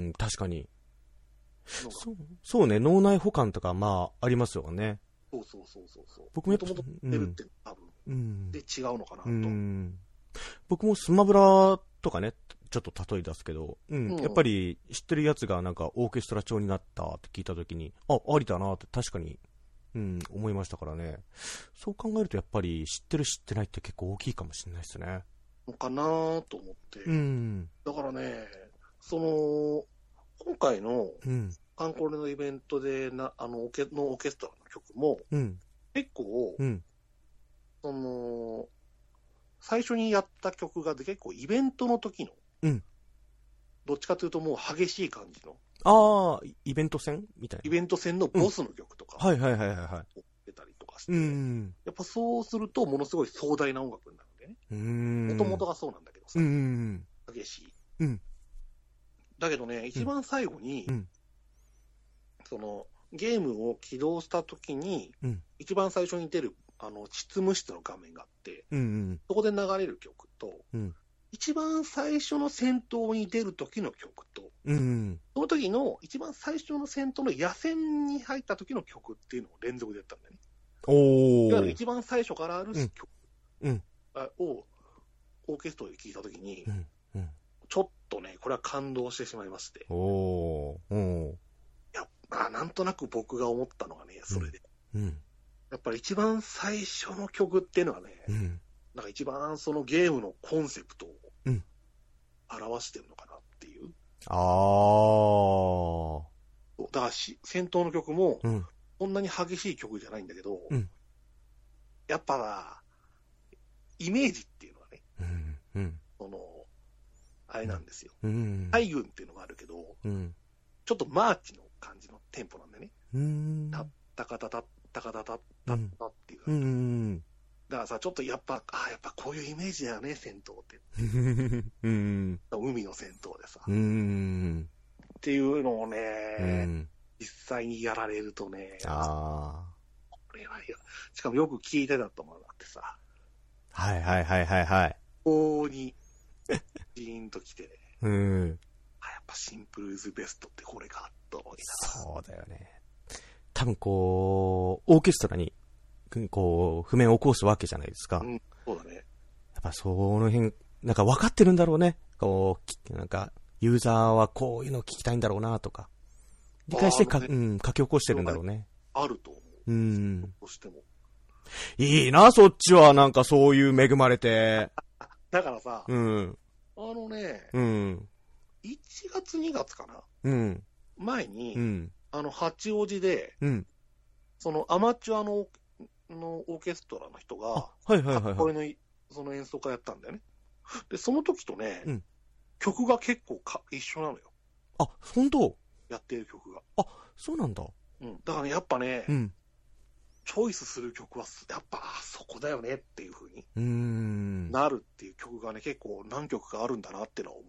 確かに。そうね、脳内補完とか、まあ、ありますよね。 そう。僕ももともと知ってるって多分、で違うのかなと。 僕もスマブラとかね、ちょっと例え出すけど、やっぱり知ってるやつがなんかオーケストラ調になったって聞いたときに、ありだなって確かに、思いましたからね。そう考えるとやっぱり知ってる知ってないって結構大きいかもしれないですね。 かなと思って。だからね、今回のカンコレのイベントでオーケストラの曲も、結構、最初にやった曲が結構イベントの時の、どっちかというともう激しい感じの。 イベント戦みたいな。 イベント戦のボスの曲とか。 はい。 出たりとかして。やっぱそうするとものすごい壮大な音楽になるんでね。もともとがそうなんだけどさ。激しい。だけどね、一番最後に、ゲームを起動した時に、一番最初に出る、執務室の画面があって、そこで流れる曲と、一番最初の戦闘に出る時の曲と、その時の一番最初の戦闘の野戦に入った時の曲っていうのを連続でやったんだよね。いわゆる一番最初からある曲をオーケストラで聴いた時に、ちょっとね、これは感動してしまいまして。なんとなく僕が思ったのがね、それで。やっぱり一番最初の曲っていうのはね、なんか一番そのゲームのコンセプトを表してるのかなっていう。だから戦闘の曲も、こんなに激しい曲じゃないんだけど、やっぱイメージっていうのはね、あれなんですよ。海軍っていうのがあるけど、ちょっとマーチの感じのテンポなんでね。タカタタッタカタタッタッタっていう。だからさ、ちょっとやっぱこういうイメージだよね、戦闘って。海の戦闘でさ。っていうのをね、実際にやられるとね、これはしかもよく聞いてたと思うなってさ。ここに、ジーンと来てね。やっぱシンプルイズベストってこれかと思いながら。 そうだよね。多分オーケストラに、譜面を起こすわけじゃないですか。 そうだね。 やっぱその辺、なんか分かってるんだろうね。なんか、ユーザーはこういうの聞きたいんだろうなとか。理解して書き起こしてるんだろうね。 あると思う。どうしても。 いいな、そっちは。なんかそういう恵まれて。 だからさ、1月2月かな、前に、八王子で、そのアマチュアのオーケストラの人が、これのその演奏会やったんだよね。で、その時とね、曲が結構一緒なのよ。 本当？ やってる曲が。 そうなんだ。 だからね、やっぱね、チョイスする曲は、やっぱそこだよねっていう風になるっていう曲がね、結構何曲かあるんだなってのは思った。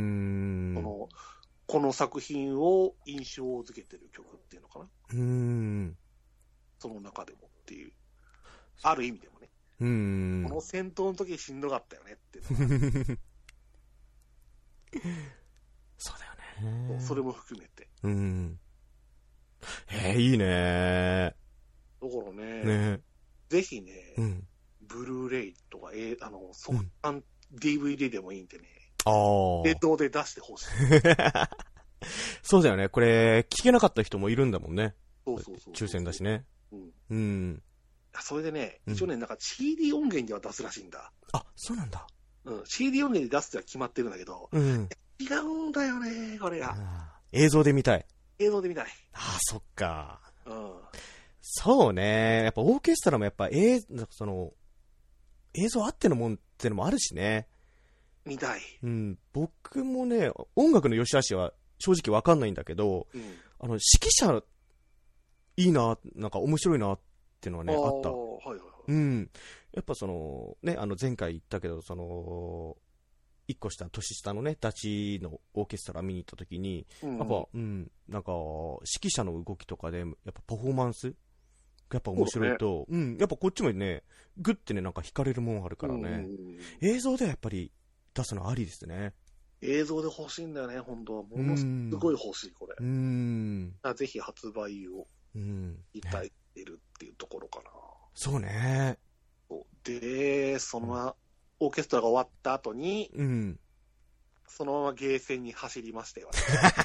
この作品を印象づけてる曲っていうのかな。その中でもっていう。ある意味でもね。この戦闘の時しんどかったよねっていうのそうだよね。 それも含めて。 いいね。 だからね、ぜひね、ブルーレイとか、速乾 DVD でもいいんでね、映像で出してほしい。 そうだよね。これ、聞けなかった人もいるんだもんね。抽選だしね。 それでね、一応ね、なんか CD 音源では出すらしいんだ。 そうなんだ。 CD 音源で出すっては決まってるんだけど、違うんだよね、これが。 映像で見たい。 映像で見たい。 そっか。そうね。やっぱオーケストラもやっぱ映像あってのもんってのもあるしね。 見たい。 僕もね、音楽の良し悪しは正直わかんないんだけど、指揮者いいな、なんか面白いなっていうのはね、あった。やっぱ前回言ったけど、 一個年下のね、ダチのオーケストラ見に行った時に、やっぱ、なんか、指揮者の動きとかで、やっぱパフォーマンスやっぱ面白いと、やっぱこっちもね、グッてね、なんか惹かれるもんあるからね。映像ではやっぱり出すのありですね。 映像で欲しいんだよね、本当は。ものすごい欲しい、これ。ぜひ発売をいただいてるっていうところかな。 そうね。 で、そのオーケストラが終わった後に、そのままゲーセンに走りましたよ。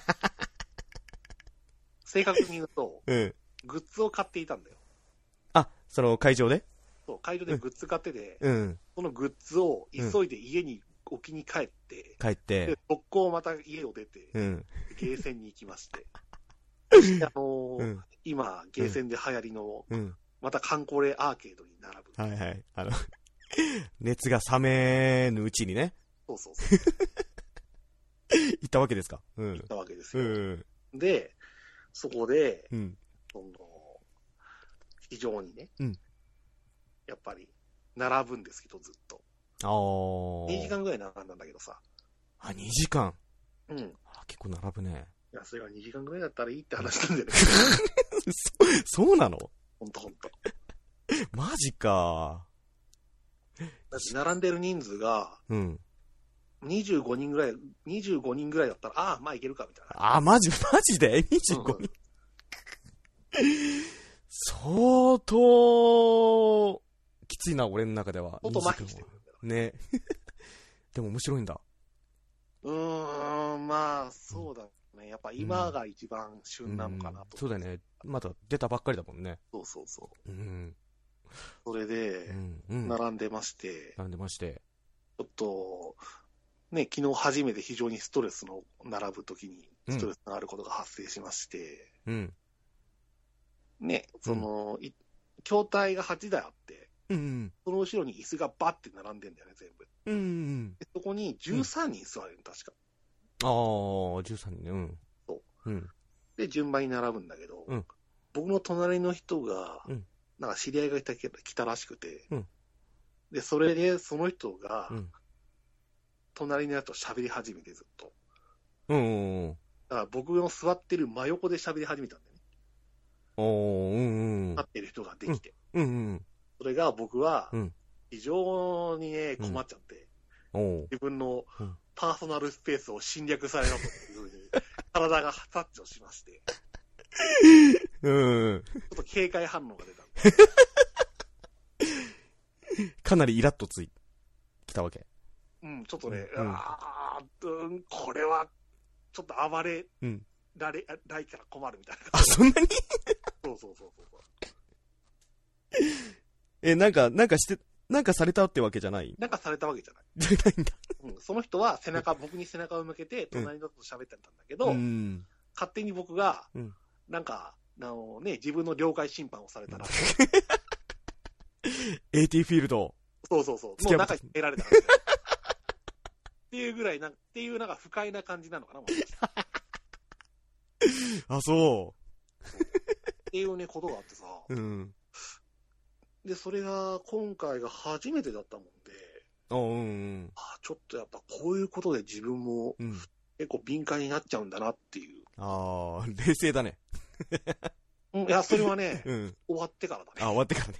正確に言うと、グッズを買っていたんだよ。 あ、その会場で？ そう、会場でグッズ買ってて、そのグッズを急いで家に置きに帰って、で、速攻また家を出て、ゲーセンに行きまして。今、ゲーセンで流行りの、またカンコレアーケードに並ぶ。 はいはい。熱が冷めぬうちにね。 そうそうそう。 行ったわけですか？ 行ったわけですよ。で、そこで、非常にね、やっぱり、並ぶんですけど、ずっと。2時間ぐらい並んだんだけどさ。 あ、2時間？結構並ぶね。 いや、それが2時間ぐらいだったらいいって話なんだよね。 そうなの？ ほんと。 マジか。 だって並んでる人数が、25人ぐらいだったら、まあいけるかみたいな。 マジで ?25 人。相当、きついな、俺の中では。 相当麻痺してるんだよ。 ね。でも面白いんだ。 まあ、そうだね。やっぱ今が一番旬なのかなと。 そうだね。まだ出たばっかりだもんね。 そう。それで、並んでまして。ちょっと、ね、昨日初めて非常にストレスの並ぶときに、ストレスがあることが発生しまして、ね、筐体が8台あって、その後ろに椅子がバッて並んでんだよね、全部。でそこに13人座れる、確か。 13人ね。 そう。で、順番に並ぶんだけど、僕の隣の人が、なんか知り合いが来たらしくて、で、それで、その人が、隣のやつと喋り始めて、ずっと。だから僕の座ってる真横で喋り始めたんだよね。立ってる人ができて。それが僕は、非常にね、困っちゃって、自分のパーソナルスペースを侵略されたというふうに、体が察知をしまして、ちょっと警戒反応が出たんで。かなりイラッときたわけ。 ちょっとね、これは、ちょっと暴れられないから困るみたいな。 そんなに？ そう。 なんかされたってわけじゃない？ なんかされたわけじゃない。 じゃないんだ。 その人は僕に背中を向けて、隣の人と喋ってたんだけど、勝手に僕が、なんか、自分の了解審判をされたら。 AT フィールド。 そう。もう中に入れられたら。っていうぐらい、っていうなんか不快な感じなのかな、もしかしたら。そう。 っていうね、ことがあってさ。で、それが今回が初めてだったもんで、ちょっとやっぱこういうことで自分も結構敏感になっちゃうんだなっていう。 冷静だね。 いや、それはね、終わってからだね。 終わってからね。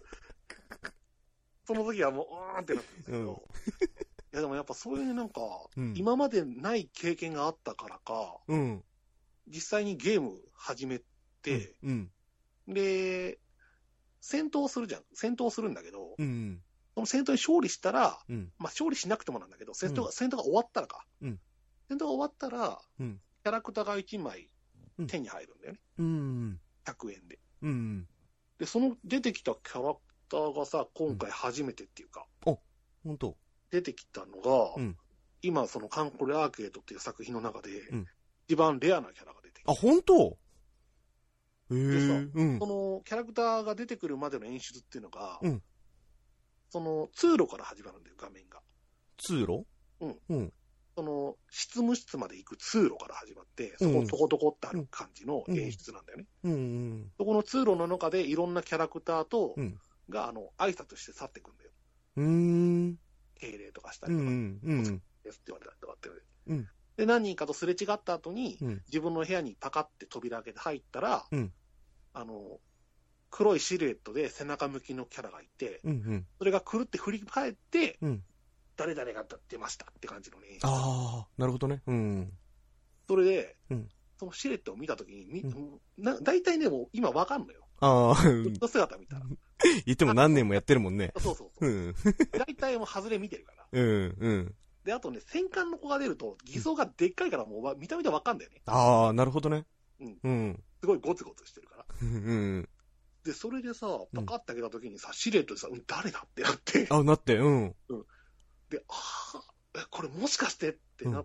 その時はもう、ってなったんですけど、いやでもやっぱそういうなんか、今までない経験があったからか、実際にゲーム始めて、で、戦闘するんだけど、その戦闘に勝利したら、まあ勝利しなくてもなんだけど、戦闘が終わったらか。戦闘が終わったら、キャラクターが1枚手に入るんだよね。100円で。で、その出てきたキャラクターがさ、今回初めてっていうか、 本当？ 出てきたのが、今そのカンコレアーケードっていう作品の中で、一番レアなキャラが出てきた。 本当？ でさ、そのキャラクターが出てくるまでの演出っていうのが、その通路から始まるんだよ、画面が。 通路？ その執務室まで行く通路から始まって、そこトコトコってある感じの演出なんだよね。そこの通路の中でいろんなキャラクターと、が挨拶して去っていくんだよ。敬礼とかしたりとか。 ですって言われたって終わって、 うん。 で、何人かとすれ違った後に、 うん。 自分の部屋にパカって扉開けて入ったら、 うん。 黒いシルエットで背中向きのキャラがいて、 うん。うん。 それがくるって振り返って、 うん。 誰々が出ましたって感じのね。 ああ、なるほどね。うん。 それで、 うん。 そのシルエットを見たときに、大体ね、もう今わかんのよ。 ああ、 ずっと姿見たら。 言っても何年もやってるもんね。 そうそうそう。 うん。 大体もう外れ見てるから。 うん。うん。 で、あとね、戦艦の子が出ると、偽装がでっかいからもう見た目でわかんだよね。 ああ、なるほどね。 うん。 うん。 すごいゴツゴツしてるから。 うん。 で、それでさ、パカッて開けたときにさ、シルエットでさ、誰だってなって。 あ、なって、うん。 で、これもしかしてってなって、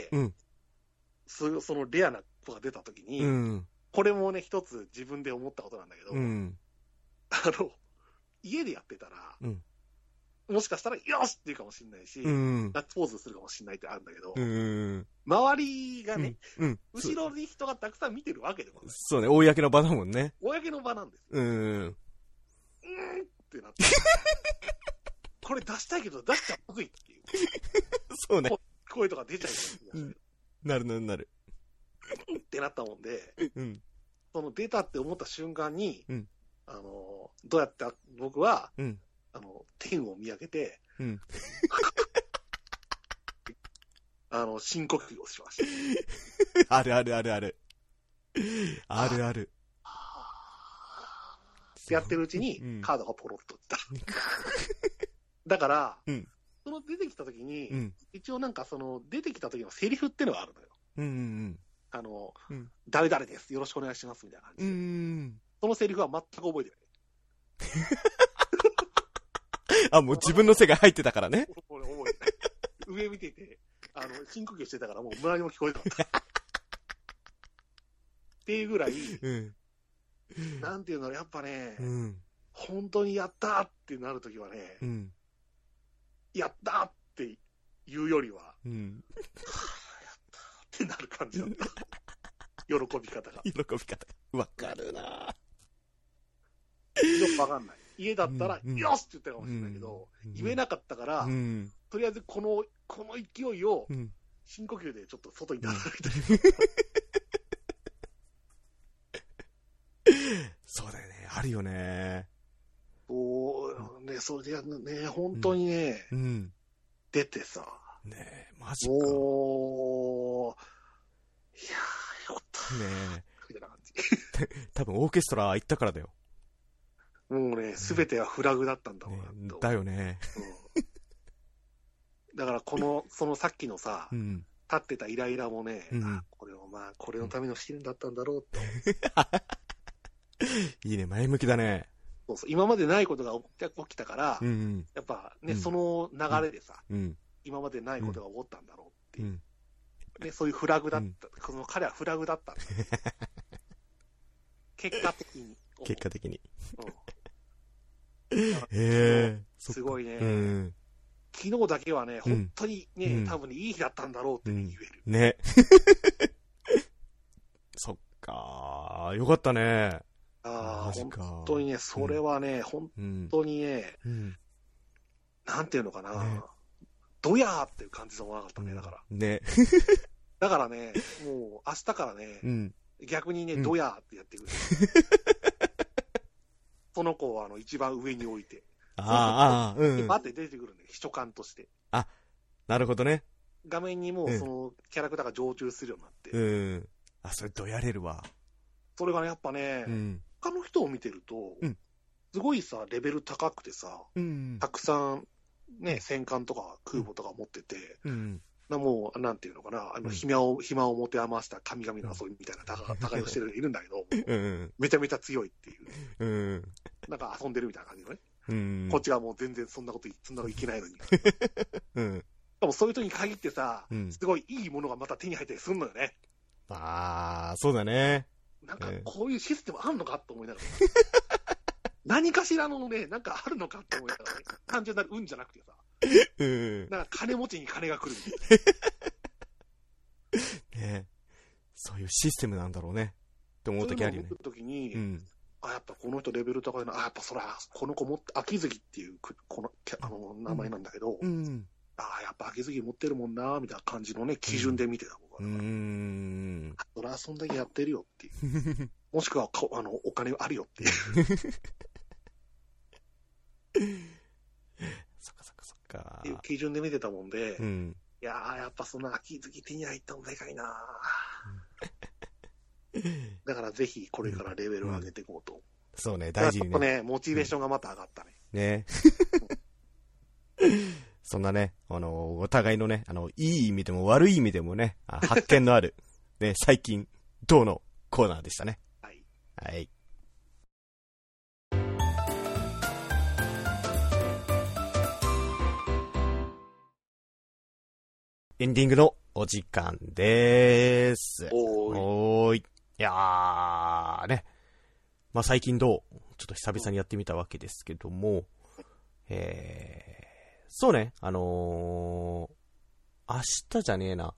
うん。 そのレアな子が出たときに、 うん。 これもね、一つ自分で思ったことなんだけど、 うん。 家でやってたら、 うん。 もしかしたら、よしって言うかもしれないし、 うん。 ガッツポーズするかもしれないってあるんだけど、 うん。 周りがね、 うん。 後ろに人がたくさん見てるわけでもない。 そうね、公の場だもんね。 公の場なんですよ。 うん。 ってなって。これ出したいけど出しちゃまずいっていう。 そうね。 声とか出ちゃう、 なる。 ってなったもんで、 うん。 その出たって思った瞬間に、 うん。 どうやって僕は、 うん。 天を見上げて、 うん。 深呼吸をしました。 ある。ある。 やってるうちに、カードがポロッと出た。だから、その出てきたときに、一応なんか出てきた時のセリフってのがあるのよ。誰々です。よろしくお願いします。みたいな感じで。そのセリフは全く覚えてない。 あ、もう自分の世界入ってたからね。 覚えてない。上見てて、深呼吸してたからもう村にも聞こえなかった。っていうぐらい、なんていうの、やっぱね、本当にやったってなるときはね、やったっていうよりは、はぁ、やったってなる感じだった。喜び方が。 わかるなよくわかんない。家だったら、よしって言ったかもしれないけど、言えなかったから、とりあえずこの勢いを、深呼吸でちょっと外に出さないと。 そうだよね。あるよね。 それでね、本当にね、出てさ。 ねえ、マジか。 いやー、よかった。 ねえ。 みたいな感じ。 多分オーケストラ行ったからだよ。 もうね、すべてはフラグだったんだろうなと。 だよね。 だからそのさっきのさ、立ってたイライラもね、これをこれのための試練だったんだろうと。 いいね、前向きだね。 そうそう、今までないことが起きたから、やっぱね、その流れでさ、今までないことが起こったんだろうっていう。ね、そういうフラグだった。彼はフラグだったんだ。結果的に。すごいね。昨日だけはね、本当にね、多分いい日だったんだろうって言える。 ね。そっかー、よかったね。 本当にね、それはね、本当にね、なんていうのかな、ドヤーっていう感じでもなかったね、だから。 ね。 だからね、もう明日からね、逆にね、ドヤーってやってくる。その子を一番上に置いて。今って出てくるんで、秘書官として。 あ、なるほどね。 画面にもうそのキャラクターが常駐するようになって。 それどやれるわ。 それがね、やっぱね、他の人を見てると、すごいさ、レベル高くてさ、たくさん、ね、戦艦とか空母とか持ってて、もう、なんていうのかな、暇を持て余した神々の遊びみたいな戦いをしてる人いるんだけど、めちゃめちゃ強いっていう。なんか遊んでるみたいな感じのね。こっちがもう全然そんなこといけないのに。しかもそういう人に限ってさ、すごいいいものがまた手に入ったりするのよね。 そうだね。 なんかこういうシステムあんのかと思いながら。何かしらのね、なんかあるのかって思いながらね。単純な運じゃなくてさ。なんか金持ちに金が来るみたいな。 ね、そういうシステムなんだろうね。って思うときあるよね。 そういうのを見るときに、やっぱこの人レベル高いな。やっぱそら、この子も秋月っていう、名前なんだけど、 やっぱ秋月持ってるもんな、みたいな感じのね、基準で見てた、僕は。そら、そんだけやってるよっていう。もしくは、お金あるよっていう。 そっかそっかそっか。 っていう基準で見てたもんで、いやー、やっぱそんな秋月手に入ったのでかいなだからぜひこれからレベルを上げていこうと。 そうね、大事にね。 ちょっとね、モチベーションがまた上がったね。 ね。そんなね、お互いのね、いい意味でも悪い意味でもね、発見のある、ね、最近、どうのコーナーでしたね。 はい。 はい。エンディングのお時間でーす。おーい。いやー、ね。まあ、最近どうちょっと久々にやってみたわけですけども、そうね、明日じゃねえな。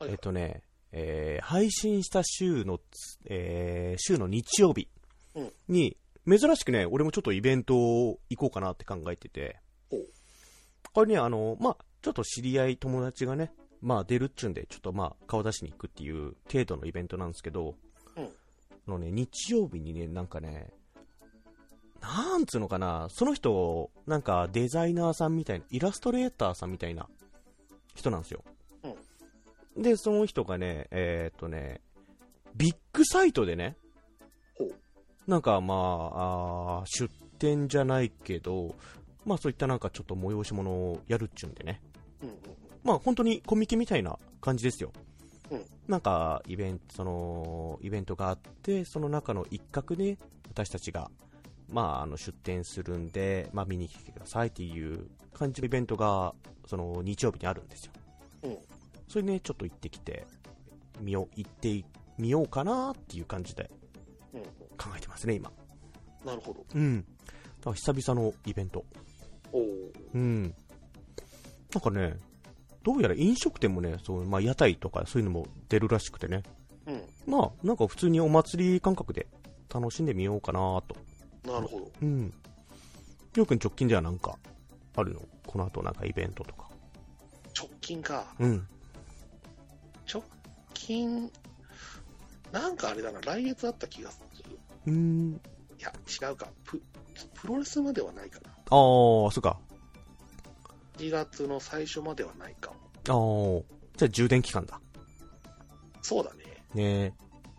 配信した週の日曜日に、珍しくね、俺もちょっとイベント行こうかなって考えてて、これね、まあ、ちょっと知り合い友達がね、まあ出るっちゅんで、ちょっとまあ顔出しに行くっていう程度のイベントなんですけど、日曜日にね、なんかね、なんつうのかな、その人、なんかデザイナーさんみたいな、イラストレーターさんみたいな人なんですよ。で、その人がね、ビッグサイトでね、なんかまあ、出店じゃないけど、まあそういったなんかちょっと催し物をやるっちゅうんでね。まあ本当にコミケみたいな感じですよ。なんかイベントがあって、その中の一角で私たちが、まあ出店するんで、まあ見に来てくださいっていう感じのイベントが、その日曜日にあるんですよ。それね、ちょっと行ってきて、行ってみようかなっていう感じで考えてますね、今。 なるほど。 だから久々のイベント。なんかね、どうやら飲食店もね、まあ屋台とかそういうのも出るらしくてね。まあ、なんか普通にお祭り感覚で楽しんでみようかなと。 なるほど。 りょうくん直近ではなんかあるの？この後なんかイベントとか。 直近か。直近、なんかあれだな、来月あった気がする。いや、違うか。プロレスまではないかな。 そうか。 2月の最初まではないかも。じゃあ充電期間だ。 そうだね。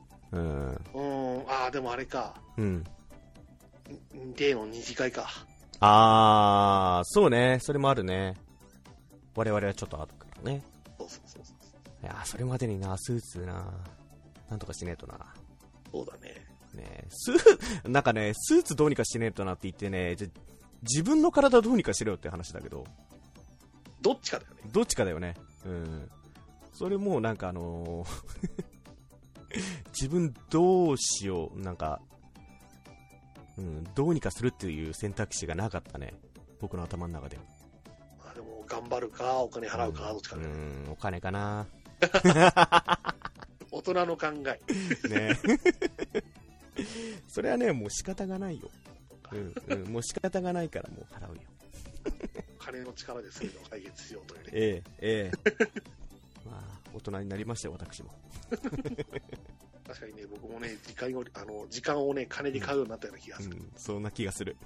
でもあれか。例の二次会か。 そうね。それもあるね。我々はちょっと後からね。 そう。 いや、それまでにな、スーツなんとかしねえとな。 そうだね。 なんかね、スーツどうにかしねえとなって言ってね、自分の体どうにかしろよって話だけど。 どっちかだよね。 どっちかだよね。それもうなんか自分どうしよう、なんか、どうにかするっていう選択肢がなかったね。僕の頭の中で。 でも、頑張るか、お金払うか、どっちかだよね。 お金かな。 大人の考え。 ねそれはね、もう仕方がないよ。もう仕方がないからもう払うよ。 金の力で全てを解決しようというね。まあ、大人になりましたよ、私も。 確かにね、僕もね、時間をね、金で買うようになったような気がする。 そんな気がする。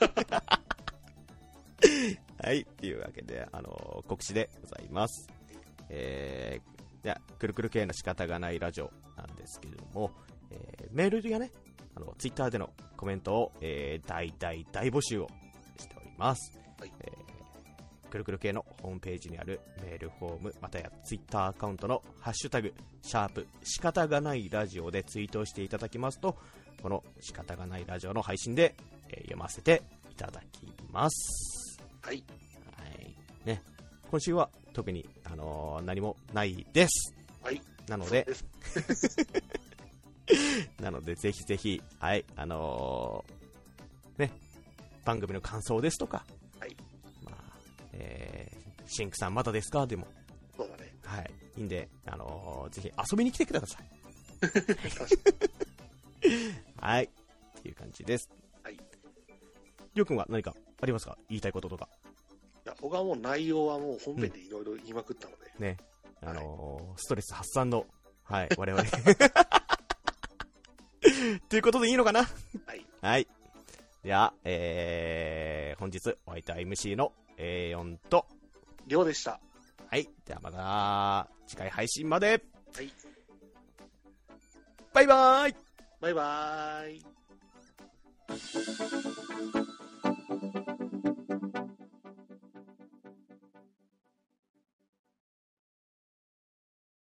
はい、というわけで、告知でございます。じゃあ、くるくる系の仕方がないラジオなんですけれども、メールやね、ツイッターでのコメントを、大募集をしております。くるくる系のホームページにあるメールフォーム、またやツイッターアカウントのハッシュタグ、仕方がないラジオでツイートしていただきますと、この仕方がないラジオの配信で、読ませていただきます。 はい。 ね。今週は特に、何もないです。 はい。 なので、なので、ぜひぜひ、はい、ね、番組の感想ですとか、まあ、シンクさんまだですかでも、 そうだね。 はい、いいんで、ぜひ遊びに来てください。はい、っていう感じです。 はい。 りょうくんは何かありますか？言いたいこととか。 いや、 僕はもう内容はもう本編でいろいろ言いまくったので。 ね。ストレス発散の、はい、我々。ということでいいのかな？ はい。 はい。では、本日お相手は MC の A4 と、 りょうでした。 はい。ではまた、次回配信まで。 はい。 バイバーイ。 バイバーイ。